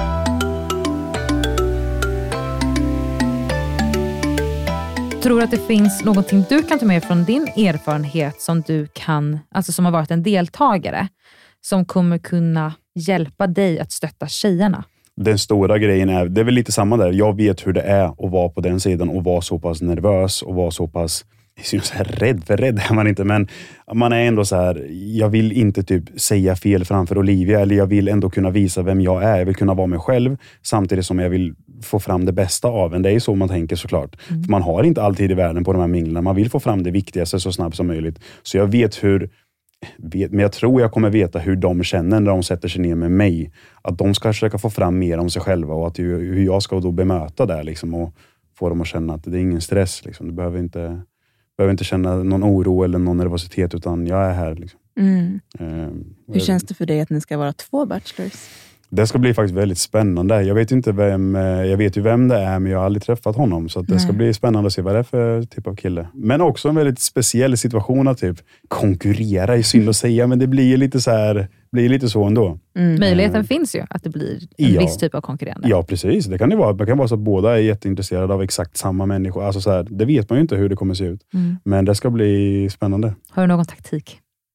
Tror du att det finns någonting du kan ta med från din erfarenhet som du kan, alltså som har varit en deltagare, som kommer kunna hjälpa dig att stötta tjejerna? Den stora grejen är, det är väl lite samma där. Jag vet hur det är att vara på den sidan och vara så pass nervös och vara så pass, jag så här rädd, för rädd är man inte, men man är ändå så här, jag vill inte typ säga fel framför Olivia, eller jag vill ändå kunna visa vem jag är. Jag vill kunna vara mig själv samtidigt som jag vill få fram det bästa av en. Det är så man tänker såklart. Mm. För man har inte alltid i världen på de här minglarna. Man vill få fram det viktigaste så snabbt som möjligt. Så jag vet hur men jag tror jag kommer veta hur de känner när de sätter sig ner med mig. Att de ska försöka få fram mer om sig själva och att hur jag ska då bemöta det liksom och få dem att känna att det är ingen stress. Liksom. Du behöver inte, behöver inte känna någon oro eller någon nervositet, utan jag är här. Liksom. Mm. Um, Hur känns det för dig att ni ska vara två bachelors? Det ska bli faktiskt väldigt spännande. Jag vet inte vem, jag vet ju vem det är, men jag har aldrig träffat honom. Så att det Nej. ska bli spännande att se vad det är för typ av kille. Men också en väldigt speciell situation att typ konkurrera, är synd att säga, men det blir lite så här, blir lite så ändå. Mm. Möjligheten mm. finns ju att det blir en ja. viss typ av konkurrerande. Ja, precis. Det kan det vara. Det kan vara så att båda är jätteintresserade av exakt samma människor. Alltså så här, det vet man ju inte hur det kommer se ut. Mm. Men det ska bli spännande. Har du någon taktik?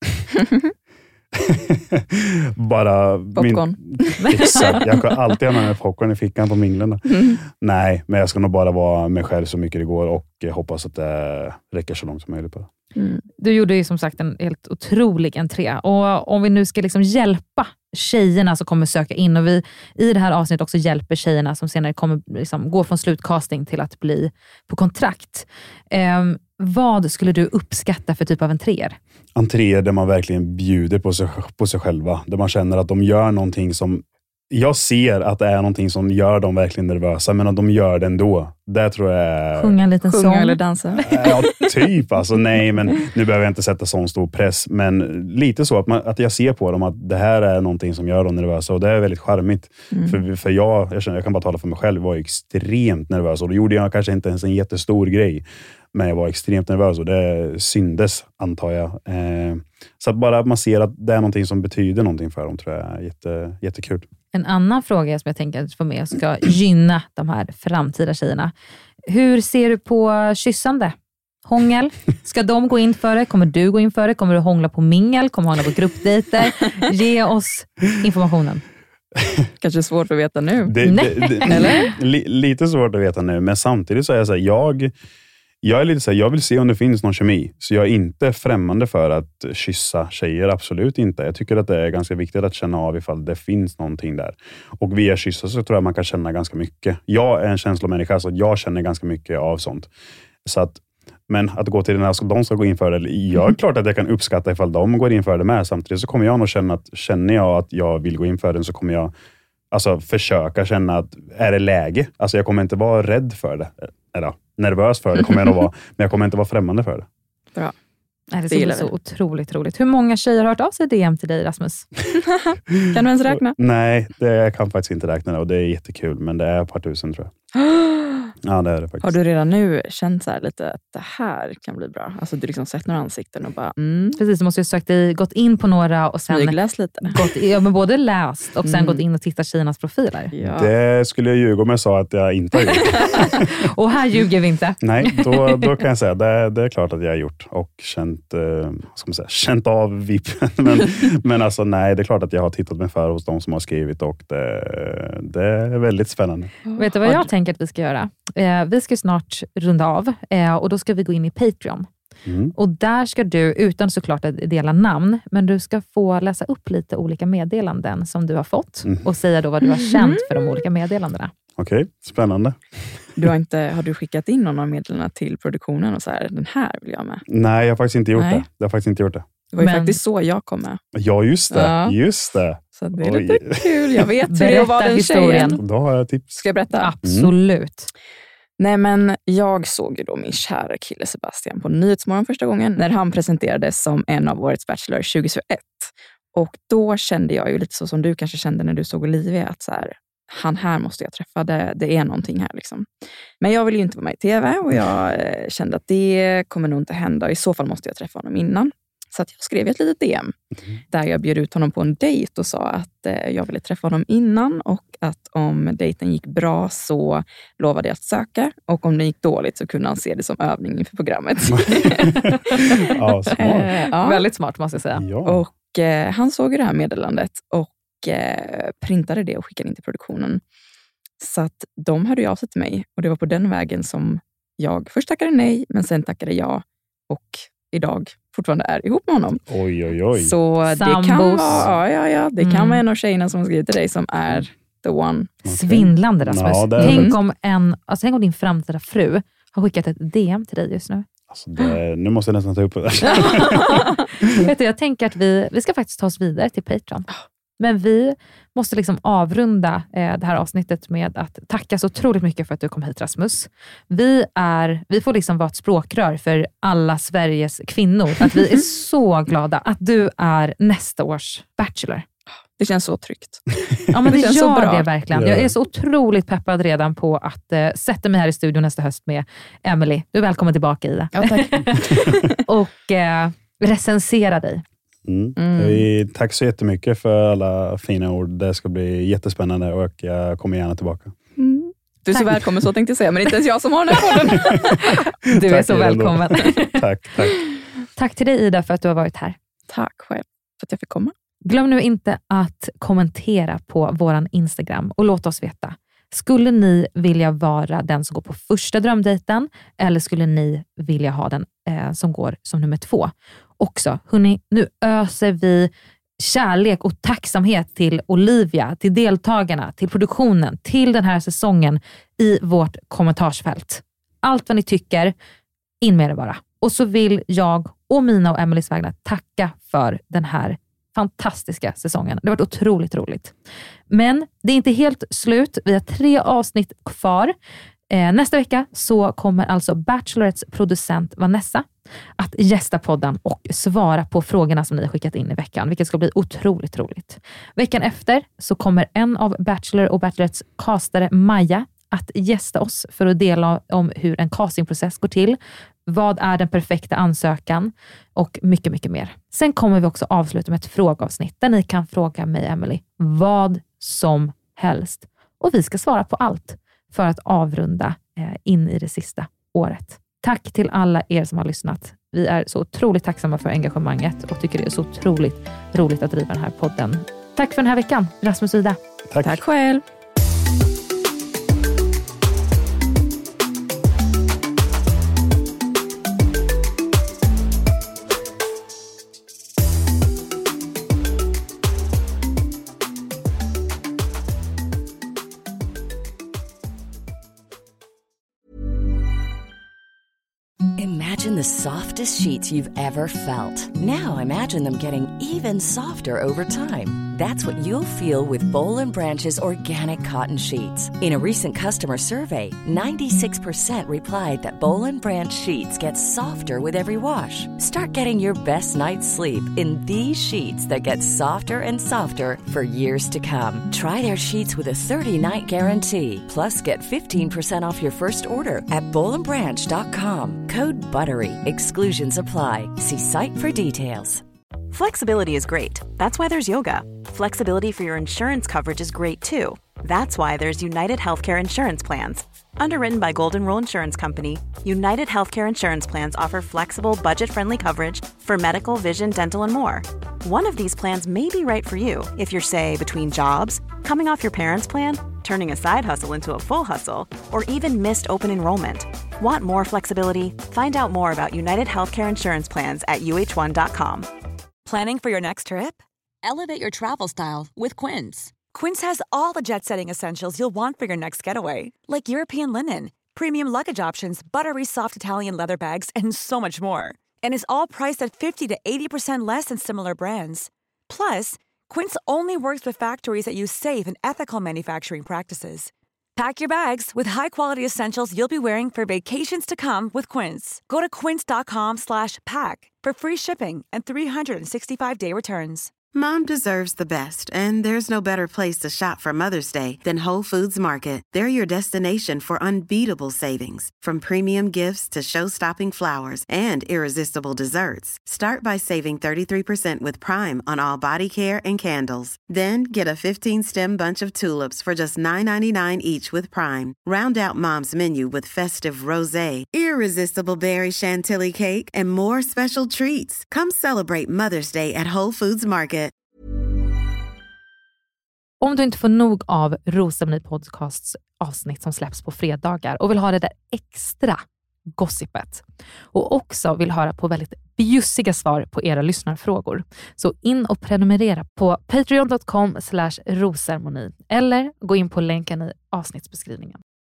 Bara popcorn. Min, exakt, jag kan alltid ha med mig popcorn i fickan på minglen. Mm. Nej, men jag ska nog bara vara mig själv så mycket det går och hoppas att det räcker så långt som möjligt. Bara. Mm. Du gjorde ju som sagt en helt otrolig entré. Och om vi nu ska liksom hjälpa tjejerna som kommer söka in, och vi i det här avsnittet också hjälper tjejerna som senare kommer liksom gå från slutcasting till att bli på kontrakt. Eh, vad skulle du uppskatta för typ av entréer? Entréer där man verkligen bjuder på sig, på sig själva. Där man känner att de gör någonting som... Jag ser att det är någonting som gör dem verkligen nervösa, men att de gör det ändå. Det tror jag... Sjunga en liten Sjunga sång. eller dansa. Ja, typ. Alltså, nej, men nu behöver jag inte sätta sån stor press. Men lite så att, man, att jag ser på dem att det här är någonting som gör dem nervösa. Och det är väldigt charmigt. Mm. För, för jag, jag, känner, jag kan bara tala för mig själv, var extremt nervös. Och då gjorde jag kanske inte ens en jättestor grej. Men jag var extremt nervös och det syndes, antar jag. Eh, så att bara man ser att det är någonting som betyder någonting för dem, tror jag är jätte, jättekul. En annan fråga som jag tänker att få med ska gynna de här framtida tjejerna. Hur ser du på kyssande? Hångel? Ska de gå in för det? Kommer du gå in för det? Kommer du hångla på mingel? Kommer du hångla på gruppdejter? Ge oss informationen. Kanske svårt att veta nu. Det, det, det, Eller? Li, lite svårt att veta nu, men samtidigt så är jag så här, jag... Jag är lite så här, jag vill se om det finns någon kemi. Så jag är inte främmande för att kyssa tjejer, absolut inte. Jag tycker att det är ganska viktigt att känna av ifall det finns någonting där. Och via kyssa så tror jag man kan känna ganska mycket. Jag är en känslomänniska, så jag känner ganska mycket av sånt. Så att, men att gå till den här, så de ska gå in för det. Jag är klart att jag kan uppskatta ifall de går in för det med. Samtidigt så kommer jag nog känna att, känner jag att jag vill gå in för den, så kommer jag alltså försöka känna att är det läge? Alltså jag kommer inte vara rädd för det. Eller nervös för det kommer jag nog vara. Men jag kommer inte vara främmande för det. Bra. Nej, det är så otroligt roligt. Hur många tjejer har hört av sig D M till dig, Rasmus? Kan du ens räkna? Nej, det kan faktiskt inte räkna. Och det är jättekul. Men det är ett par tusen, tror jag. Ja, det är det faktiskt. Har du redan nu känt så här lite att det här kan bli bra? Alltså du liksom sett några ansikten och bara... Mm. Precis, du måste ju sökt dig, gått in på några och sen... läst lite. Gått, ja, men både läst och sen mm. gått in och tittat tjejernas profiler. Ja. Det skulle jag ljuga om jag sa att jag inte har gjort. Och här ljuger vi inte. Nej, då, då kan jag säga det, det är klart att jag har gjort. Och känt, eh, ska man säga, känt av vippen. Men, men alltså nej, det är klart att jag har tittat mig för hos de som har skrivit. Och det, det är väldigt spännande. Vet du vad jag tänker att vi ska göra? Eh, vi ska snart runda av eh, och då ska vi gå in i Patreon. Mm. Och där ska du, utan såklart att dela namn, men du ska få läsa upp lite olika meddelanden som du har fått mm. och säga då vad du har känt för de olika meddelandena. Okej, okay, spännande. Du har, inte, har du skickat in någon av meddelandena till produktionen och så här, den här vill jag med? Nej, jag har faktiskt inte gjort Nej. det. Jag har faktiskt inte gjort det. Det var ju men... faktiskt så jag kom med. Ja, just det. Ja. Just det. Så det är Oj. lite kul. Jag vet hur det var den tjejen. Då har jag tips. Ska jag berätta? Absolut. Mm. Nej, men jag såg ju då min kära kille Sebastian på Nyhetsmorgon första gången när han presenterades som en av årets Bachelor tjugohundratjugoett. Och då kände jag ju lite så som du kanske kände när du såg Olivia, att så här, han här måste jag träffa, det, det är någonting här liksom. Men jag vill ju inte vara med i tv och jag eh, kände att det kommer nog inte hända. I så fall måste jag träffa honom innan. Så att jag skrev ett litet D M mm. där jag bjöd ut honom på en dejt och sa att eh, jag ville träffa honom innan och att om dejten gick bra så lovade jag att söka, och om det gick dåligt så kunde han se det som övning inför programmet. Ja, smart. Eh, ja. Väldigt smart måste jag säga. Ja. Och eh, han såg ju det här meddelandet och eh, printade det och skickade in till produktionen. Så att de hörde av sig till mig och det var på den vägen som jag först tackade nej, men sen tackade jag och idag fortfarande är ihop med honom. Oj, oj, oj. Så det Sambos. kan vara, ja, ja, ja, det mm. kan vara en av tjejerna som har skrivit till dig som är the one. Okay. Svindlande, Rasmus. Ja, tänk, om en, alltså, tänk om din framtida fru har skickat ett D M till dig just nu. Alltså det, nu måste jag nästan ta upp det där. Vet du, jag tänker att vi, vi ska faktiskt ta oss vidare till Patreon. Men vi måste liksom avrunda eh, det här avsnittet med att tacka så otroligt mycket för att du kom hit, Rasmus. Vi, är, vi får liksom vara ett språkrör för alla Sveriges kvinnor. Att vi är så glada att du är nästa års Bachelor. Det känns så tryggt. Ja, men det, det känns gör så bra. det verkligen. Jag är så otroligt peppad redan på att eh, sätta mig här i studion nästa höst med Emily. Du är välkommen tillbaka, Ida. Ja, tack. Och eh, recensera dig. Mm. Mm. Tack så jättemycket för alla fina ord. Det ska bli jättespännande och jag kommer gärna tillbaka. Mm. Du är tack. Så välkommen, så tänkte jag säga, men inte ens jag som har den här podden. Du är så välkommen. Tack, tack. Tack till dig, Ida, för att du har varit här. Tack själv för att jag fick komma. Glöm nu inte att kommentera på våran Instagram och låt oss veta. Skulle ni vilja vara den som går på första drömdejten eller skulle ni vilja ha den eh, som går som nummer två? Också, hörni, nu öser vi kärlek och tacksamhet till Olivia, till deltagarna, till produktionen, till den här säsongen i vårt kommentarsfält. Allt vad ni tycker, in med det bara. Och så vill jag och mina och Emelies vägnar tacka för den här fantastiska säsongen. Det har varit otroligt roligt. Men det är inte helt slut. Vi har tre avsnitt kvar. Eh, nästa vecka så kommer alltså Bachelorettes producent Vanessa att gästa podden och svara på frågorna som ni har skickat in i veckan, vilket ska bli otroligt roligt. Veckan efter så kommer en av Bachelor och Bachelorettes castare, Maja, att gästa oss för att dela om hur en castingprocess går till. Vad är den perfekta ansökan? Och mycket, mycket mer. Sen kommer vi också avsluta med ett frågeavsnitt där ni kan fråga mig, Emily, vad som helst. Och vi ska svara på allt för att avrunda eh, in i det sista året. Tack till alla er som har lyssnat. Vi är så otroligt tacksamma för engagemanget och tycker det är så otroligt roligt att driva den här podden. Tack för den här veckan, Rasmus och Ida. Tack. Tack själv. Imagine the softest sheets you've ever felt. Now imagine them getting even softer over time. That's what you'll feel with Boll and Branch's organic cotton sheets. In a recent customer survey, ninety-six percent replied that Boll and Branch sheets get softer with every wash. Start getting your best night's sleep in these sheets that get softer and softer for years to come. Try their sheets with a thirty-night guarantee. Plus, get fifteen percent off your first order at boll and branch dot com. Code BUTTERY. Exclusions apply. See site for details. Flexibility is great. That's why there's yoga. Flexibility for your insurance coverage is great too. That's why there's United Healthcare Insurance Plans. Underwritten by Golden Rule Insurance Company, United Healthcare Insurance Plans offer flexible, budget-friendly coverage for medical, vision, dental, and more. One of these plans may be right for you if you're, say, between jobs, coming off your parents' plan, turning a side hustle into a full hustle, or even missed open enrollment. Want more flexibility? Find out more about United Healthcare Insurance Plans at U H one dot com. Planning for your next trip? Elevate your travel style with Quince. Quince has all the jet-setting essentials you'll want for your next getaway, like European linen, premium luggage options, buttery soft Italian leather bags, and so much more. And is all priced at fifty to eighty percent less than similar brands. Plus, Quince only works with factories that use safe and ethical manufacturing practices. Pack your bags with high-quality essentials you'll be wearing for vacations to come with Quince. Go to quince dot com slash pack for free shipping and three sixty-five day returns. Mom deserves the best, and there's no better place to shop for Mother's Day than Whole Foods Market. They're your destination for unbeatable savings, from premium gifts to show-stopping flowers and irresistible desserts. Start by saving thirty-three percent with Prime on all body care and candles. Then get a fifteen-stem bunch of tulips for just nine ninety-nine each with Prime. Round out Mom's menu with festive rosé, irresistible berry chantilly cake, and more special treats. Come celebrate Mother's Day at Whole Foods Market. Om du inte får nog av Rosceremoni Podcasts avsnitt som släpps på fredagar och vill ha det där extra gossipet och också vill höra på väldigt bjussiga svar på era lyssnarfrågor, så in och prenumerera på patreon dot com slash rosceremoni eller gå in på länken i avsnittsbeskrivningen.